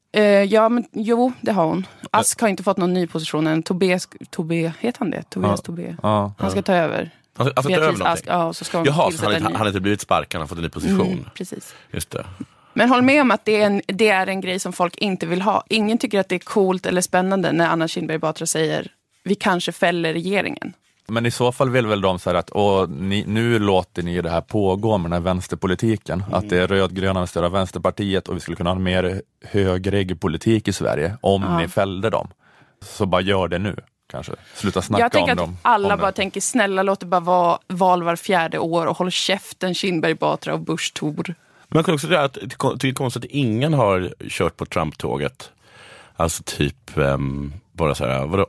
Ja, men jo, det har hon. Ask har inte fått någon ny position än. Tobé, heter han det? Tobias Tobé. Han ska ta över. Han ska ta över någonting? Ask, ja, så ska jaha, så han har inte blivit sparkad, han har fått en ny position. Precis. Just det. Men håll med om att det är en grej som folk inte vill ha. Ingen tycker att det är coolt eller spännande när Anna Kinberg Batra säger vi kanske fäller regeringen. Men i så fall vill väl de säga att nu låter ni det här pågå med den här vänsterpolitiken. Att det är rödgröna med stöd av Vänsterpartiet och vi skulle kunna ha en mer högrig politik i Sverige om ni fällde dem. Så bara gör det nu, kanske. Sluta snacka om dem. Jag tänker att alla bara tänker snälla, låt det bara vara val var 4:e år och håll käften Kinberg Batra och Busch Thor. Man kan också säga att det är konstigt att ingen har kört på Trump-tåget. Alltså typ bara så här, var det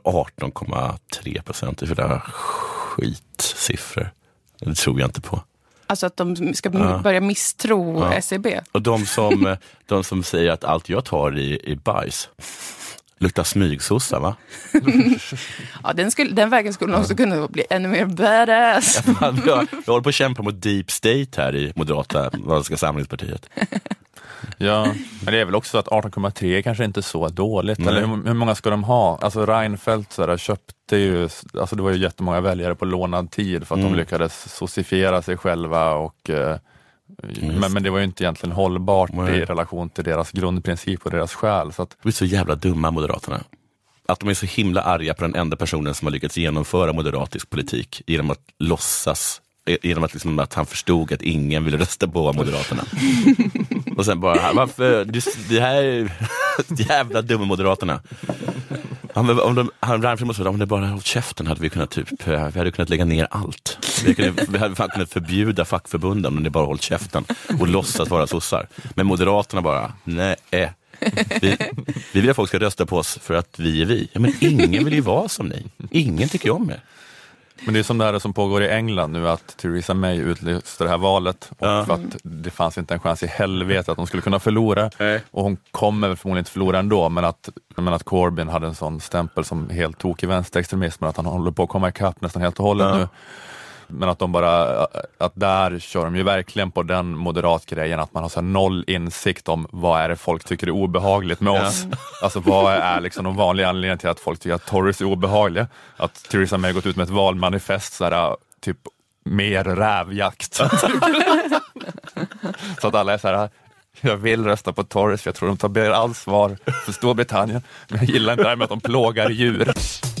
18,3%? Det är för det här skitsiffror. Det tror jag inte på. Alltså att de ska börja misstro SEB. Och de som säger att allt jag tar i bajs luktar smygsossa, va? Ja, den vägen skulle också kunna bli ännu mer badass. Jag håller på att kämpa mot deep state här i Moderata samlingspartiet. Ja, men det är väl också att 18,3 kanske inte är så dåligt. Eller hur många ska de ha? Alltså Reinfeldt köpte ju, alltså det var ju jättemånga väljare på lånad tid för att de lyckades socifiera sig själva och men det var ju inte egentligen hållbart i relation till deras grundprincip och deras själ. Så att de är så jävla dumma, Moderaterna. Att de är så himla arga på den enda personen som har lyckats genomföra moderatisk politik genom att låtsas, genom att, liksom, att han förstod att ingen ville rösta på Moderaterna. Och sen bara, varför, det här är jävla dumma Moderaterna. Han måste om det bara hållit käften hade vi kunnat vi hade kunnat lägga ner allt. Vi hade fan kunnat förbjuda fackförbunden om det bara hållit käften och låtsas vara sossar. Men Moderaterna bara, nej. Vi vill att folk ska rösta på oss för att vi är vi. Ja, men ingen vill ju vara som ni. Ingen tycker om er. Men det är som det här som pågår i England nu, att Theresa May utlyste det här valet och för att det fanns inte en chans i helvete att de skulle kunna förlora. Och hon kommer förmodligen inte förlora ändå, men att Corbyn hade en sån stämpel som helt tog i vänsterextremism, att han håller på att komma ikapp nästan helt och hållet nu. Men att de bara, att där kör de ju verkligen på den moderatgrejen att man har så noll insikt om vad är det folk tycker är obehagligt med oss. Alltså vad är liksom de vanliga anledningarna till att folk tycker att Tories är obehagliga. Att Theresa May gått ut med ett valmanifest såhär, typ mer rävjakt. Så att alla är såhär, jag vill rösta på Tories för jag tror de tar mer ansvar för Storbritannien. Men jag gillar inte det här med att de plågar djur.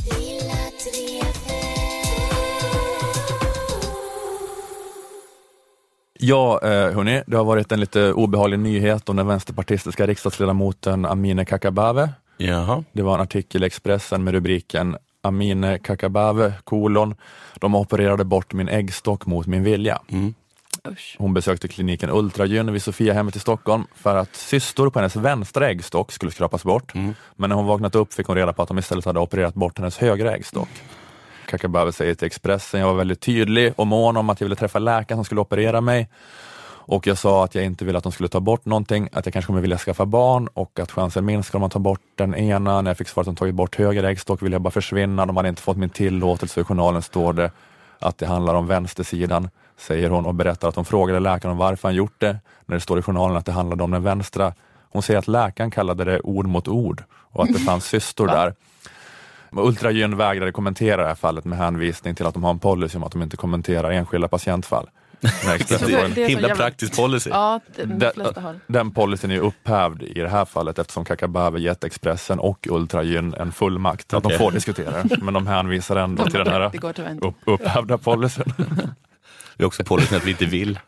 Ja, hörni, det har varit en lite obehaglig nyhet om den vänsterpartistiska riksdagsledamoten Amineh Kakabaveh. Jaha. Det var en artikel i Expressen med rubriken Amineh Kakabaveh, de opererade bort min äggstock mot min vilja. Hon besökte kliniken Ultragyn vid Sofiahemmet i Stockholm för att cystor på hennes vänstra äggstock skulle skrapas bort. Men när hon vaknat upp fick hon reda på att de istället hade opererat bort hennes högra äggstock. Kakabaveh säger till Expressen, jag var väldigt tydlig och mån om att jag ville träffa läkaren som skulle operera mig. Och jag sa att jag inte ville att de skulle ta bort någonting, att jag kanske kommer vilja skaffa barn och att chansen minskar om man tar bort den ena. När jag fick svar att de tagit bort höger äggstock ville jag bara försvinna. De hade inte fått min tillåtelse. I journalen står det att det handlar om vänstersidan, säger hon och berättar att hon frågade läkaren om varför han gjort det. När det står i journalen att det handlade om den vänstra. Hon säger att läkaren kallade det ord mot ord och att det fanns systor där. Ultragyn vägrade kommentera det här fallet med hänvisning till att de har en policy om att de inte kommenterar enskilda patientfall. Himla praktisk policy. Ja, de flesta har. Den policyn är upphävd i det här fallet eftersom Kakabaveh gett Expressen och Ultragyn en fullmakt att de får diskutera. Men de hänvisar ändå till den här upphävda policyn. Det är också policyn att vi inte vill.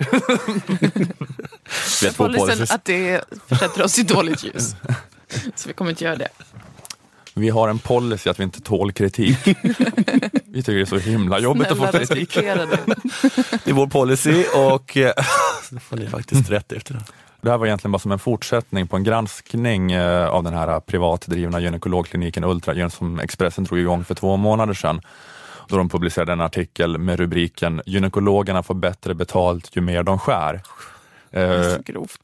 Vi har policyn att det försätter oss i dåligt ljus. Så vi kommer inte göra det. Vi har en policy att vi inte tål kritik. Vi tycker det är så himla jobbigt att få kritik. Det är vår policy och då får ni faktiskt rätt efter det. Det här var egentligen bara som en fortsättning på en granskning av den här privatdrivna gynekologkliniken Ultragyn som Expressen drog igång för 2 månader sedan. Då de publicerade en artikel med rubriken "Gynekologerna får bättre betalt ju mer de skär". Så grovt.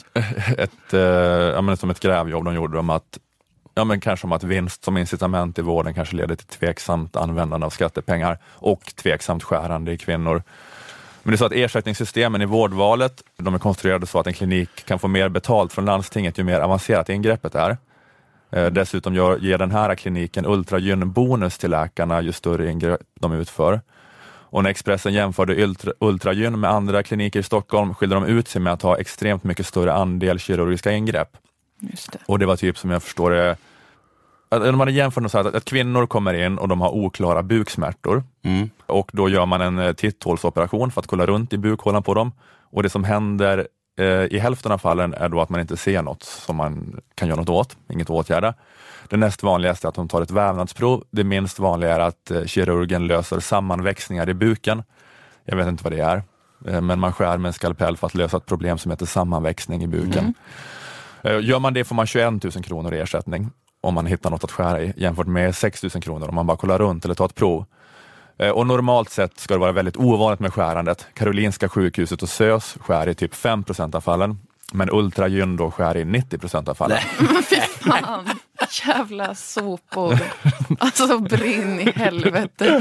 Som ett grävjobb de gjorde om att kanske om att vinst som incitament i vården kanske leder till tveksamt användande av skattepengar och tveksamt skärande i kvinnor. Men det är så att ersättningssystemen i vårdvalet, de är konstruerade så att en klinik kan få mer betalt från landstinget ju mer avancerat ingreppet är. Dessutom ger den här kliniken Ultragyn-bonus till läkarna ju större ingrepp de utför. Och när Expressen jämförde Ultragyn med andra kliniker i Stockholm skilde de ut sig med att ha extremt mycket större andel kirurgiska ingrepp. Just det. Och det var typ som jag förstår det, de hade jämfört så att kvinnor kommer in och de har oklara buksmärtor och då gör man en titthålsoperation för att kolla runt i bukhålan på dem och det som händer i hälften av fallen är då att man inte ser något som man kan göra något åt, inget åtgärda. Det näst vanligaste är att de tar ett vävnadsprov, det minst vanliga är att kirurgen löser sammanväxningar i buken. Jag vet inte vad det är, men man skär med en skalpell för att lösa ett problem som heter sammanväxning i buken. Gör man det får man 21 000 kronor i ersättning om man hittar något att skära i jämfört med 6 000 kronor om man bara kollar runt eller tar ett prov. Och normalt sett ska det vara väldigt ovanligt med skärandet. Karolinska sjukhuset och SÖS skär i typ 5% av fallen. Men Ultragyn då skär i 90% av fallen. Fy fan, jävla sopor. Alltså brinn i helvetet.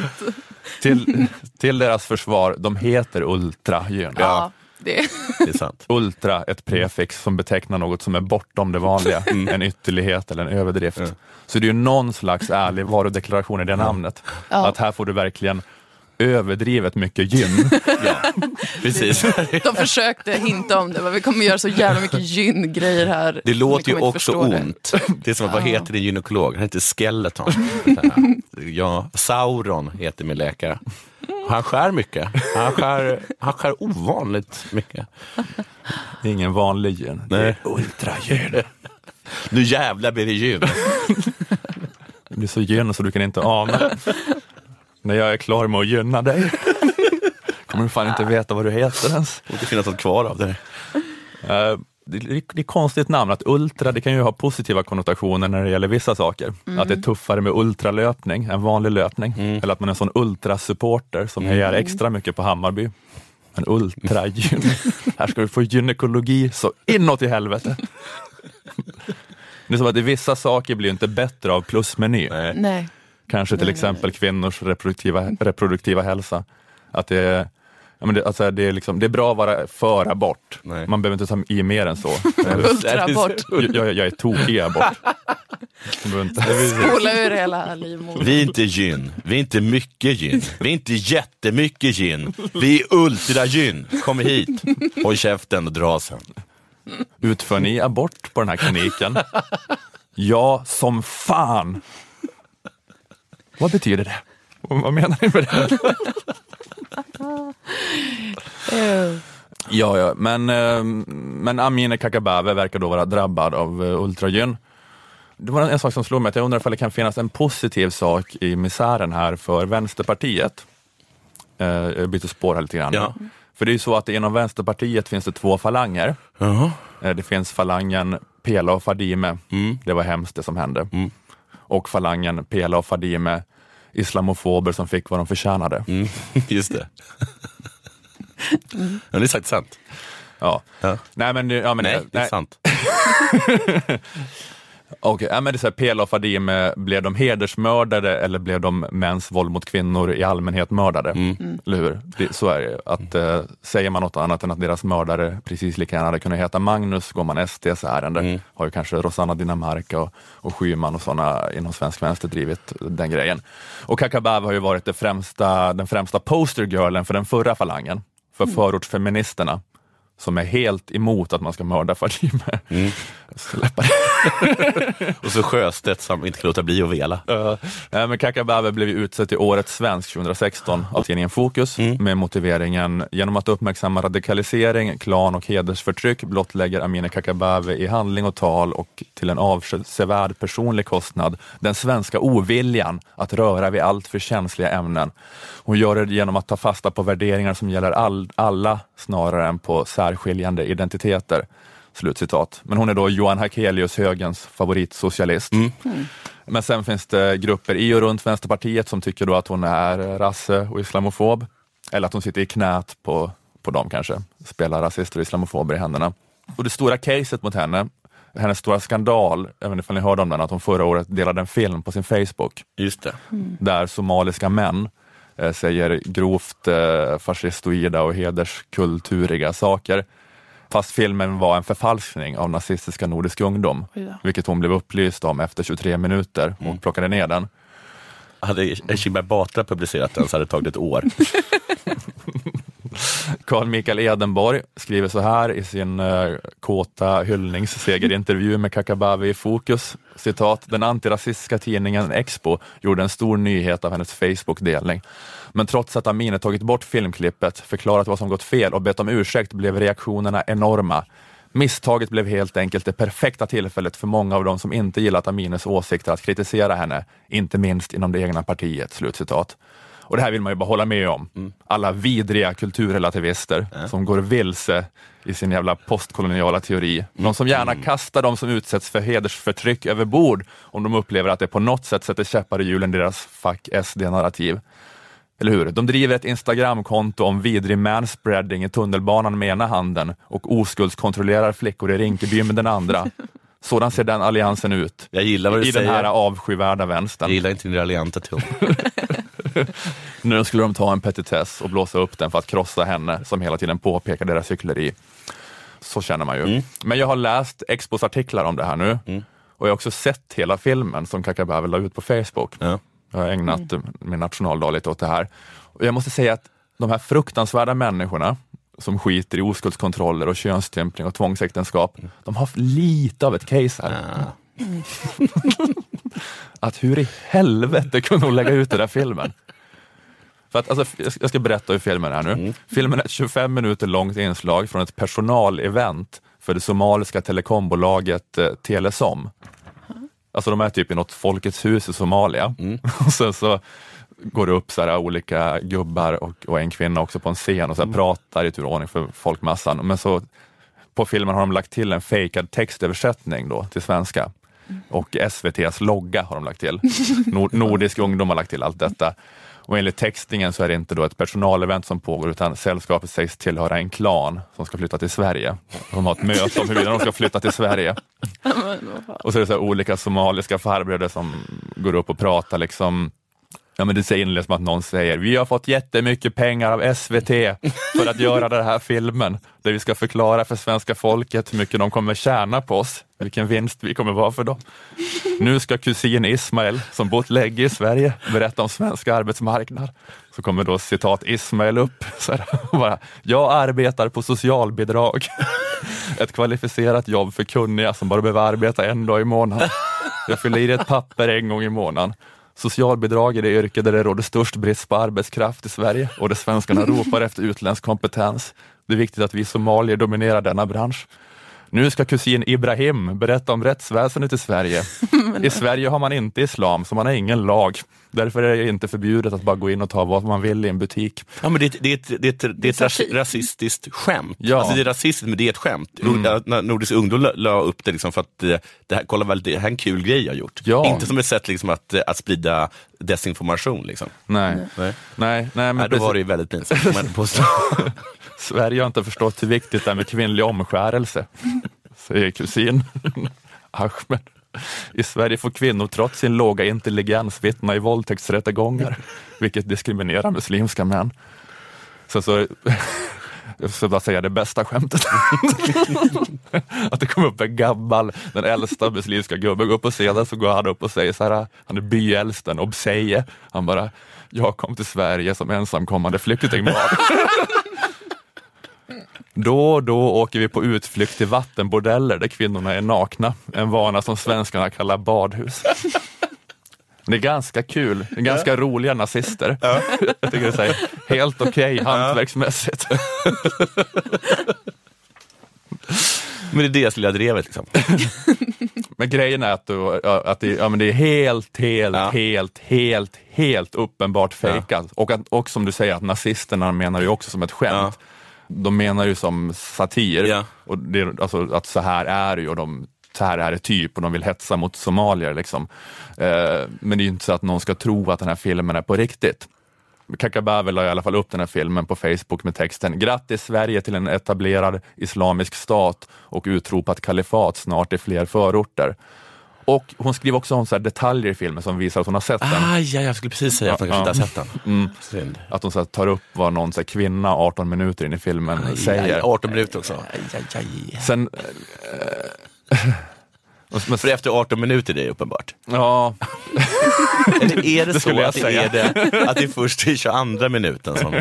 Till deras försvar, de heter Ultragyn. Ja. Det är sant. Ultra, ett prefix som betecknar något som är bortom det vanliga. En ytterlighet eller en överdrift. Så det är ju någon slags ärlig varudeklaration i det namnet. Att här får du verkligen överdrivet mycket gyn. Precis. De försökte hinta om det. Vi kommer göra så jävla mycket gyn-grejer här. Det låter ju också ont. Det är som att, vad heter din gynekolog? Han heter Skeleton. Ja, Sauron heter min läkare. Han skär mycket. Han skär ovanligt mycket. Det är ingen vanlig gyn. Det är ultragyn. Nu jävlar blir det gyn. Det är så gyn så du kan inte ana. När jag är klar med att gynna dig kommer du fan inte veta vad du heter ens. Och det finns något kvar av det. Det är konstigt namn att ultra, det kan ju ha positiva konnotationer när det gäller vissa saker. Att det är tuffare med ultralöpning än vanlig löpning. Eller att man är en sån ultrasupporter som hejar extra mycket på Hammarby. En ultragyn. Här ska du få gynekologi så inåt i helvete. Det är som att vissa saker blir inte bättre av plusmeny. Nej. Kanske till exempel kvinnors reproduktiva hälsa. Att det är... Ja, men det är bra att vara för abort. Nej. Man behöver inte ta i mer än så. Ultraabort. Jag är tokig abort. Spola ur hela livmodern. Vi är inte gyn. Vi är inte mycket gyn. Vi är inte jättemycket gyn. Vi är ultragyn. Kom hit. Håll käften och dra sen. Utför ni abort på den här kliniken? Ja, som fan. Vad betyder det? Vad menar ni med det? Ja, men Amineh Kakabaveh verkar då vara drabbad av ultragyn. Det var en sak som slog mig, att jag undrar om det kan finnas en positiv sak i misären här för Vänsterpartiet. Jag byter spår här lite grann. Ja. För det är ju så att inom Vänsterpartiet finns det 2 falanger. Det finns falangen Pela och Fadime. Det var hemskt det som hände. Och falangen Pela och Fadime, islamofober som fick vad de förtjänade. Just det. Ja, det är sagt sant. Ja. Nej, men det är sant. Okej, men det är så här, Pela och Fadime, blev de hedersmördare eller blev de mäns våld mot kvinnor i allmänhet mördare? Eller hur? Så är det. Att säger man något annat än att deras mördare precis lika gärna hade kunnat heta Magnus, går man SDs ärende. Har ju kanske Rosanna Dinamarca och Schyman och sådana inom svensk vänster drivit den grejen. Och Kakabaveh har ju varit den främsta postergirlen för den förra falangen, för förortsfeministerna, som är helt emot att man ska mörda Fadime. Och så Sjöstedt som inte kan låta bli att vela. Men Kakabaveh blev utsedd till årets svensk 2016 av tidningen Fokus med motiveringen: genom att uppmärksamma radikalisering, klan och hedersförtryck blottlägger Amineh Kakabaveh i handling och tal och till en avsevärd personlig kostnad den svenska oviljan att röra vid allt för känsliga ämnen. Hon gör det genom att ta fasta på värderingar som gäller alla snarare än på särskiljande identiteter. Slutcitat. Men hon är då Johan Hakelius, högens favoritsocialist. Men sen finns det grupper i och runt Vänsterpartiet som tycker då att hon är rasse- och islamofob. Eller att hon sitter i knät på dem kanske. Spelar rasister och islamofober i händerna. Och det stora caset mot henne, hennes stora skandal, även ifall ni hörde om den, att hon förra året delade en film på sin Facebook. Just det. Där somaliska män säger grovt fascistoida och hederskulturiga saker. Fast filmen var en förfalskning av nazistiska Nordisk ungdom. Vilket hon blev upplyst om efter 23 minuter och plockade ner den. Hade Kinberg Batra publicerat den så hade det tagit ett år. Carl Michael Edenborg skriver så här i sin kåta hyllningssegerintervju med Kakabaveh i Fokus. Citat: den antirasistiska tidningen Expo gjorde en stor nyhet av hennes Facebook-delning. Men trots att Amineh tagit bort filmklippet, förklarat vad som gått fel och bett om ursäkt, blev reaktionerna enorma. Misstaget blev helt enkelt det perfekta tillfället för många av dem som inte gillat Aminehs åsikter att kritisera henne, inte minst inom det egna partiet. Slutcitat. Och det här vill man ju bara hålla med om. Alla vidriga kulturrelativister som går vilse i sin jävla postkoloniala teori. De som gärna kastar de som utsätts för hedersförtryck över bord om de upplever att det på något sätt sätter käppar i hjulen deras fuck SD-narrativ. Eller hur? De driver ett Instagramkonto om vidrig manspreading i tunnelbanan med ena handen och oskuldskontrollerar flickor i Rinkeby med den andra. Sådan ser den alliansen ut. Jag gillar vad du säger. I den här avskyvärda vänstern. Jag gillar inte din raljanta ton. Nu skulle de ta en petitess och blåsa upp den för att krossa henne som hela tiden påpekar deras cykleri. Så känner man ju. Men jag har läst Expos artiklar om det här nu. Och jag har också sett hela filmen som Kakabaveh la ut på Facebook. Jag har ägnat min nationaldag lite åt det här. Och jag måste säga att de här fruktansvärda människorna som skiter i oskuldskontroller och könsstympning och tvångsäktenskap, de har lite av ett case här. Att hur i helvete kunde hon lägga ut den där filmen? För att, alltså, jag ska berätta hur filmen är nu. Filmen är ett 25 minuter långt inslag från ett personalevent för det somaliska telekombolaget Telesom. Alltså de är typ i något Folkets hus i Somalia. Och sen så går det upp så här olika gubbar och en kvinna också på en scen och så här pratar i turordning för folkmassan. Men så på filmen har de lagt till en fejkad textöversättning då till svenska. Och SVT:s logga har de lagt till. Nordisk ungdom har lagt till allt detta. Och enligt textingen så är det inte då ett personalevent som pågår, utan sällskapet sägs tillhöra en klan som ska flytta till Sverige. De har ett möte om huruvida de ska flytta till Sverige. Och så är det så här olika somaliska farbröder som går upp och pratar liksom. Ja, men det säger inledningsvis som att någon säger: vi har fått jättemycket pengar av SVT för att göra den här filmen där vi ska förklara för svenska folket hur mycket de kommer tjäna på oss, vilken vinst vi kommer vara för dem. Nu ska kusin Ismail, som bott länge i Sverige, berätta om svenska arbetsmarknad. Så kommer då citat Ismail upp så här, bara: jag arbetar på socialbidrag. Ett kvalificerat jobb för kunniga som bara behöver arbeta en dag i månaden. Jag fyller i ett papper en gång i månaden. Socialbidrag är det yrke där det råder störst brist på arbetskraft i Sverige och där svenskarna ropar efter utländsk kompetens. Det är viktigt att vi somalier dominerar denna bransch. Nu ska kusin Ibrahim berätta om rättsväsendet i Sverige. I Sverige har man inte islam, så man har ingen lag. Därför är det inte förbjudet att bara gå in och ta vad man vill i en butik. Ja, men det är ett rasistiskt skämt. Ja. Alltså det är rasistiskt, men det är ett skämt. Nordisk ungdom la upp det liksom för att det här, kolla väl, det här är en kul grej jag gjort. Ja. Inte som ett sätt liksom att sprida desinformation liksom. Nej, men då var det ju väldigt pinsamt. Sverige har inte förstått hur viktigt det är med kvinnlig omskärelse, säger kusin Ahmed. I Sverige får kvinnor trots sin låga intelligens vittna i våldtäktsrättegångar, vilket diskriminerar muslimska män. Så jag ska bara säga det bästa skämtet. Att det kom upp en gammal, den äldsta muslimska gubben, går upp på scenen, så går han upp och säger så här, han är byäldsten, och säger, han bara, jag kom till Sverige som ensamkommande flykting. Då och då åker vi på utflykt till vattenbordeller där kvinnorna är nakna. En vana som svenskarna kallar badhus. Det är ganska kul. Det är ganska roliga nazister. Ja. Jag tycker det är helt okej hantverksmässigt. Men det är det lilla drevet liksom. Men grejen är att det är helt uppenbart fejkat. Ja. Och som du säger, att nazisterna menar ju också som ett skämt. Ja. De menar ju som satir. Ja. Och det, alltså, att så här är det ju, och så här är det typ, och de vill hetsa mot somalier liksom. Men det är ju inte så att någon ska tro att den här filmen är på riktigt. Kakabaveh la i alla fall upp den här filmen på Facebook med texten: grattis Sverige till en etablerad islamisk stat och utropat kalifat snart i fler förorter. Och hon skriver också om så här detaljer i filmen som visar att hon har sett den. Ja, jag skulle precis säga att hon kanske inte har sett den. Mm. Att hon så här tar upp vad någon så här kvinna 18 minuter in i filmen säger. 18 minuter också. Sen... Men för efter 18 minuter det är uppenbart. Ja. Eller är det så att det är det, att det är först i 22 minuten som...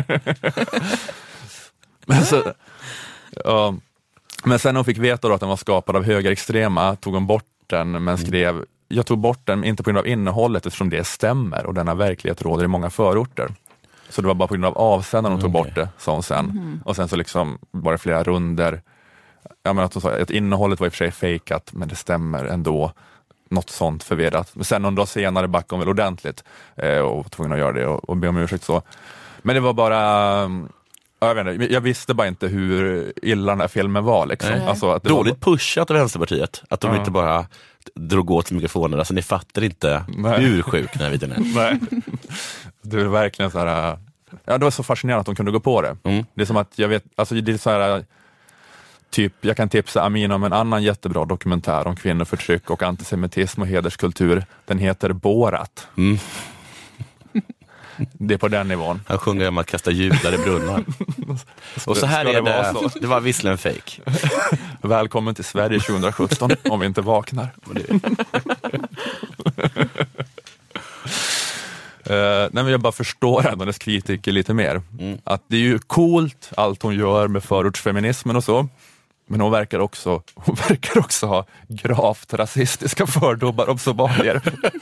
Men sen hon fick veta då att den var skapad av högerextrema, tog hon bort den, men skrev: jag tog bort den inte på grund av innehållet eftersom det stämmer och denna verklighet råder i många förorter. Så det var bara på grund av avsändaren hon tog bort det, sa hon sen. Och sen så liksom var det flera runder. Jag menar att hon sa att innehållet var i och för sig fejkat, men det stämmer ändå. Något sånt förvirrat. Men sen någon dag senare backade hon väl ordentligt och var tvungen att göra det och be om ursäkt så. Men det var bara... Jag visste bara inte hur illa den här filmen var. Liksom. Alltså, att det dåligt pushat av Vänsterpartiet. Att de inte bara drog åt mikrofonen. Alltså ni fattar inte hur sjuk den här videon är. Nej. Det är verkligen så här... Ja, det var så fascinerande att de kunde gå på det. Det är som att jag vet... Alltså det är så här... Typ, jag kan tipsa Amina om en annan jättebra dokumentär om kvinnoförtryck och antisemitism och hederskultur. Den heter Borat. Det är på den nivån. Han sjunger om att kasta judar i brunnar. Och så här är det. Det var visserligen fake. Välkommen till Sverige 2017 om vi inte vaknar. Nej, men jag bara förstår ändå hennes kritiker lite mer. Att det är ju coolt allt hon gör med förortsfeminismen och så. Men hon verkar också ha gravt rasistiska fördomar om somalier.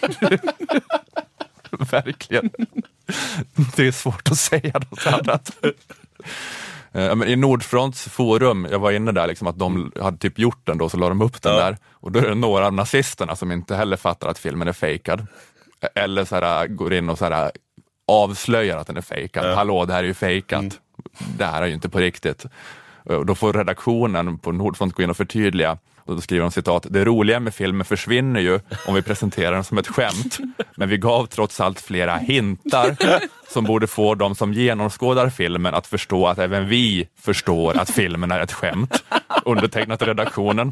Verkligen. Det är svårt att säga något annat. Men i Nordfronts forum, jag var inne där liksom, att de hade typ gjort den då, så la de upp den där. Och då är det några av nazisterna som inte heller fattar att filmen är fejkad. Eller så här, går in och så här, avslöjar att den är fejkad. Hallå, det här är ju fejkat. Det här är ju inte på riktigt. Och då får redaktionen på Nordfront gå in och förtydliga. Och då skriver de citat: det roliga med filmen försvinner ju om vi presenterar den som ett skämt. Men vi gav trots allt flera hintar som borde få de som genomskådar filmen att förstå att även vi förstår att filmen är ett skämt. Undertecknat redaktionen.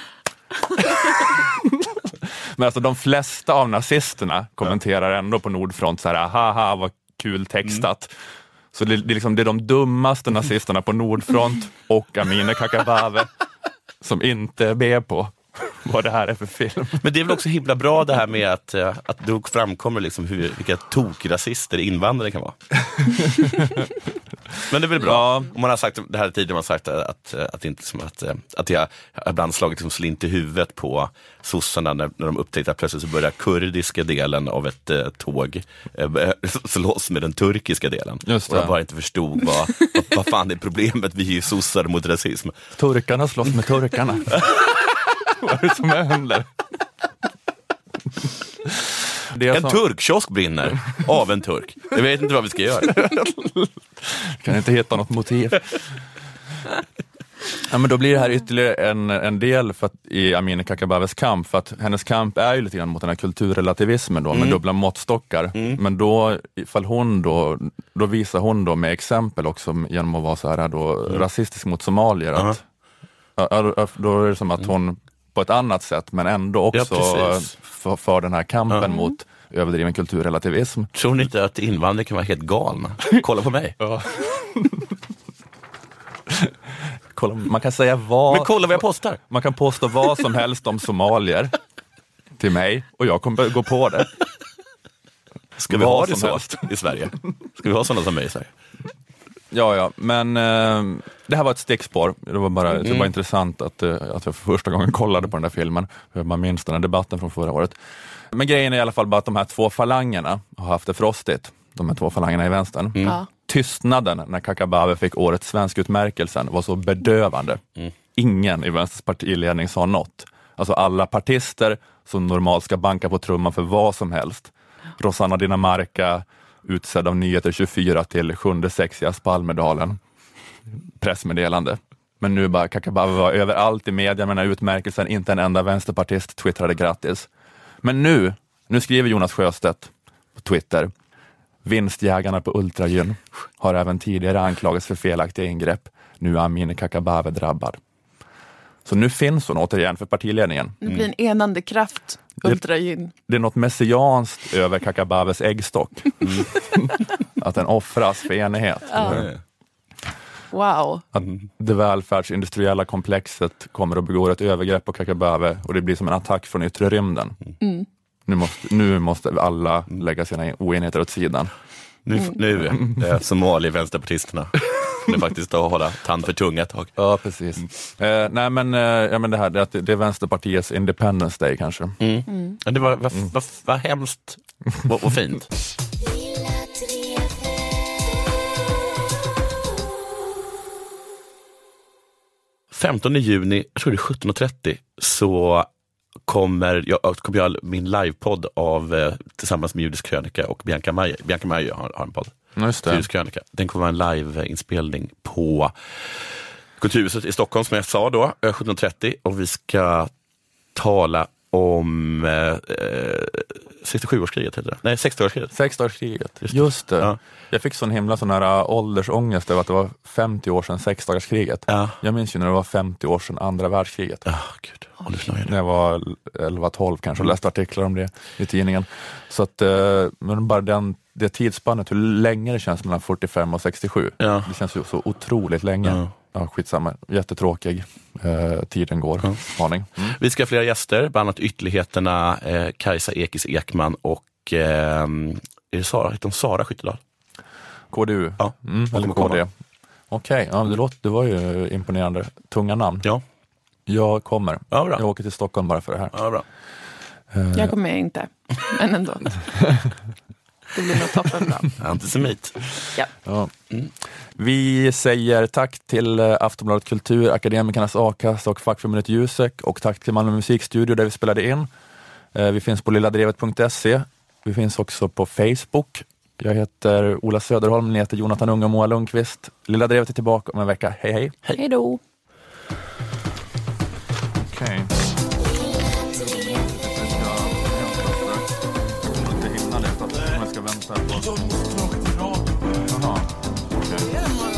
Men alltså de flesta av nazisterna kommenterar ändå på Nordfront så här: haha vad kul textat. Så det är liksom, det är de dummaste nazisterna på Nordfront och Amina Kakabaveh som inte är med på vad det här är för film. Men det är väl också himla bra det här med att det framkommer liksom vilka tokrasister invandrare kan vara. Men det är väl bra. Ja. Om man har sagt det här tidigare, man har sagt att jag ibland slagit liksom slint i huvudet på sossarna när de upptäckte att plötsligt så börjar kurdiska delen av ett tåg slåss med den turkiska delen. Just det. Och jag bara inte förstod vad fan är problemet, vi är ju sossar mot rasism. Turkarna slåss med turkarna. Vad är det som händer? En turkkiosk brinner av en turk. Jag vet inte vad vi ska göra. Kan inte hitta något motiv. Ja, men då blir det här ytterligare en del för att, i Amineh Kakabavehs kamp, för att hennes kamp är ju lite grann mot den här kulturrelativismen då, med dubbla måttstockar. Men då, ifall hon då visar hon då med exempel också genom att vara så här då rasistisk mot somalier, att då är det som att hon på ett annat sätt, men ändå också för den här kampen mot överdriven kulturrelativism. Tror ni inte att invandrare kan vara helt galna? Kolla på mig. Man kan säga vad... Men kolla vad jag postar. Man kan påstå vad som helst om somalier till mig och jag kommer gå på det. Ska vi ha det så i Sverige? Ska vi ha sådana som mig i Sverige? Ja, men det här var ett stickspår. Det var bara intressant att jag för första gången kollade på den där filmen. Man minns den här debatten från förra året. Men grejen är i alla fall bara att de här två falangerna har haft det frostigt. De här två falangerna i vänstern. Tystnaden när Kakabaveh fick årets svenskutmärkelsen var så bedövande. Ingen i Vänsters partiledning sa något. Alltså alla partister som normalt ska banka på trumman för vad som helst. Rosanna Dinamarca, utsedd av Nyheter 24 till 7:e sexigaste på Almedalen. Pressmeddelande. Men nu bara Kakabaveh var överallt i media med den här utmärkelsen. Inte en enda vänsterpartist twittrade grattis. Men nu skriver Jonas Sjöstedt på Twitter: vinstjägarna på Ultragyn har även tidigare anklagats för felaktiga ingrepp. Nu är Amineh Kakabaveh drabbad. Så nu finns hon återigen för partiledningen. Det blir en enande kraft, Ultragyn. Det är något messianskt över Kakabavehs äggstock. Att den offras för enighet. Wow. Att det välfärdsindustriella komplexet kommer att begå ett övergrepp på Kakabaveh och det blir som en attack från yttre rymden. Nu måste alla lägga sina oenigheter åt sidan. Nu är Somali-vänsterpartisterna. Det är faktiskt att hålla tand för tunga ett tag. Ja, precis. Nej, men det här det är Vänsterpartiets Independence Day kanske. Det var hemskt och fint. 15 juni, jag tror det är 17.30, så kommer jag min livepodd av tillsammans med Judisk krönika och Bianca Maja. Bianca Maja har en podd. Just det. Judisk krönika. Den kommer vara en liveinspelning på Kulturhuset i Stockholm, som jag sa då, 17.30, och vi ska tala om 67-årskriget heter det. Nej, 60-årskriget. 60-årskriget, just det. Ja. Jag fick sån här åldersångest över att det var 50 år sedan 6-dagarskriget. Ja. Jag minns ju när det var 50 år sedan andra världskriget. Ja, gud. När jag var 11-12 kanske och läste artiklar om det i tidningen. Så att, men bara det tidsspannet, hur länge det känns mellan 45 och 67. Ja. Det känns ju så otroligt länge. Ja. Ja, skitsamma. Jättetråkig. Tiden går. Aning. Vi ska ha flera gäster, bland annat ytterligheterna Kajsa Ekis Ekman och är det Sara Skyttedal? KDU? Ja. Eller KD. Okej, ja, det var ju imponerande. Tunga namn. Ja. Jag kommer. Ja, bra. Jag åker till Stockholm bara för det här. Ja, bra. Jag kommer inte, men ändå. Det blir nog toppen bra. Antisemit. Ja. Ja. Vi säger tack till Aftonbladet Kultur, Akademikernas A-kassa och Fackförbundet Jusek, och tack till Malmö musikstudio där vi spelade in. Vi finns på lilladrevet.se. Vi finns också på Facebook. Jag heter Ola Söderholm, ni heter Jonathan Unge och Moa Lundqvist. Lilla Drevet är tillbaka om en vecka. Hej hej. Hej då. Okej. Jag ska vänta på... Jaha. Okej.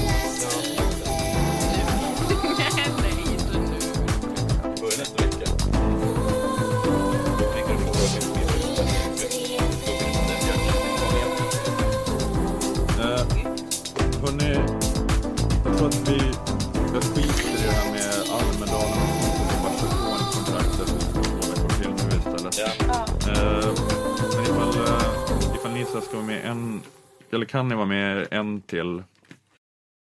Hörrni, jag tror att jag skiter i det här med Almedalen och bara ska få en kontraktet 2 veckor till nu istället. Ja. Men ifall ni ska vara med eller kan ni vara med en till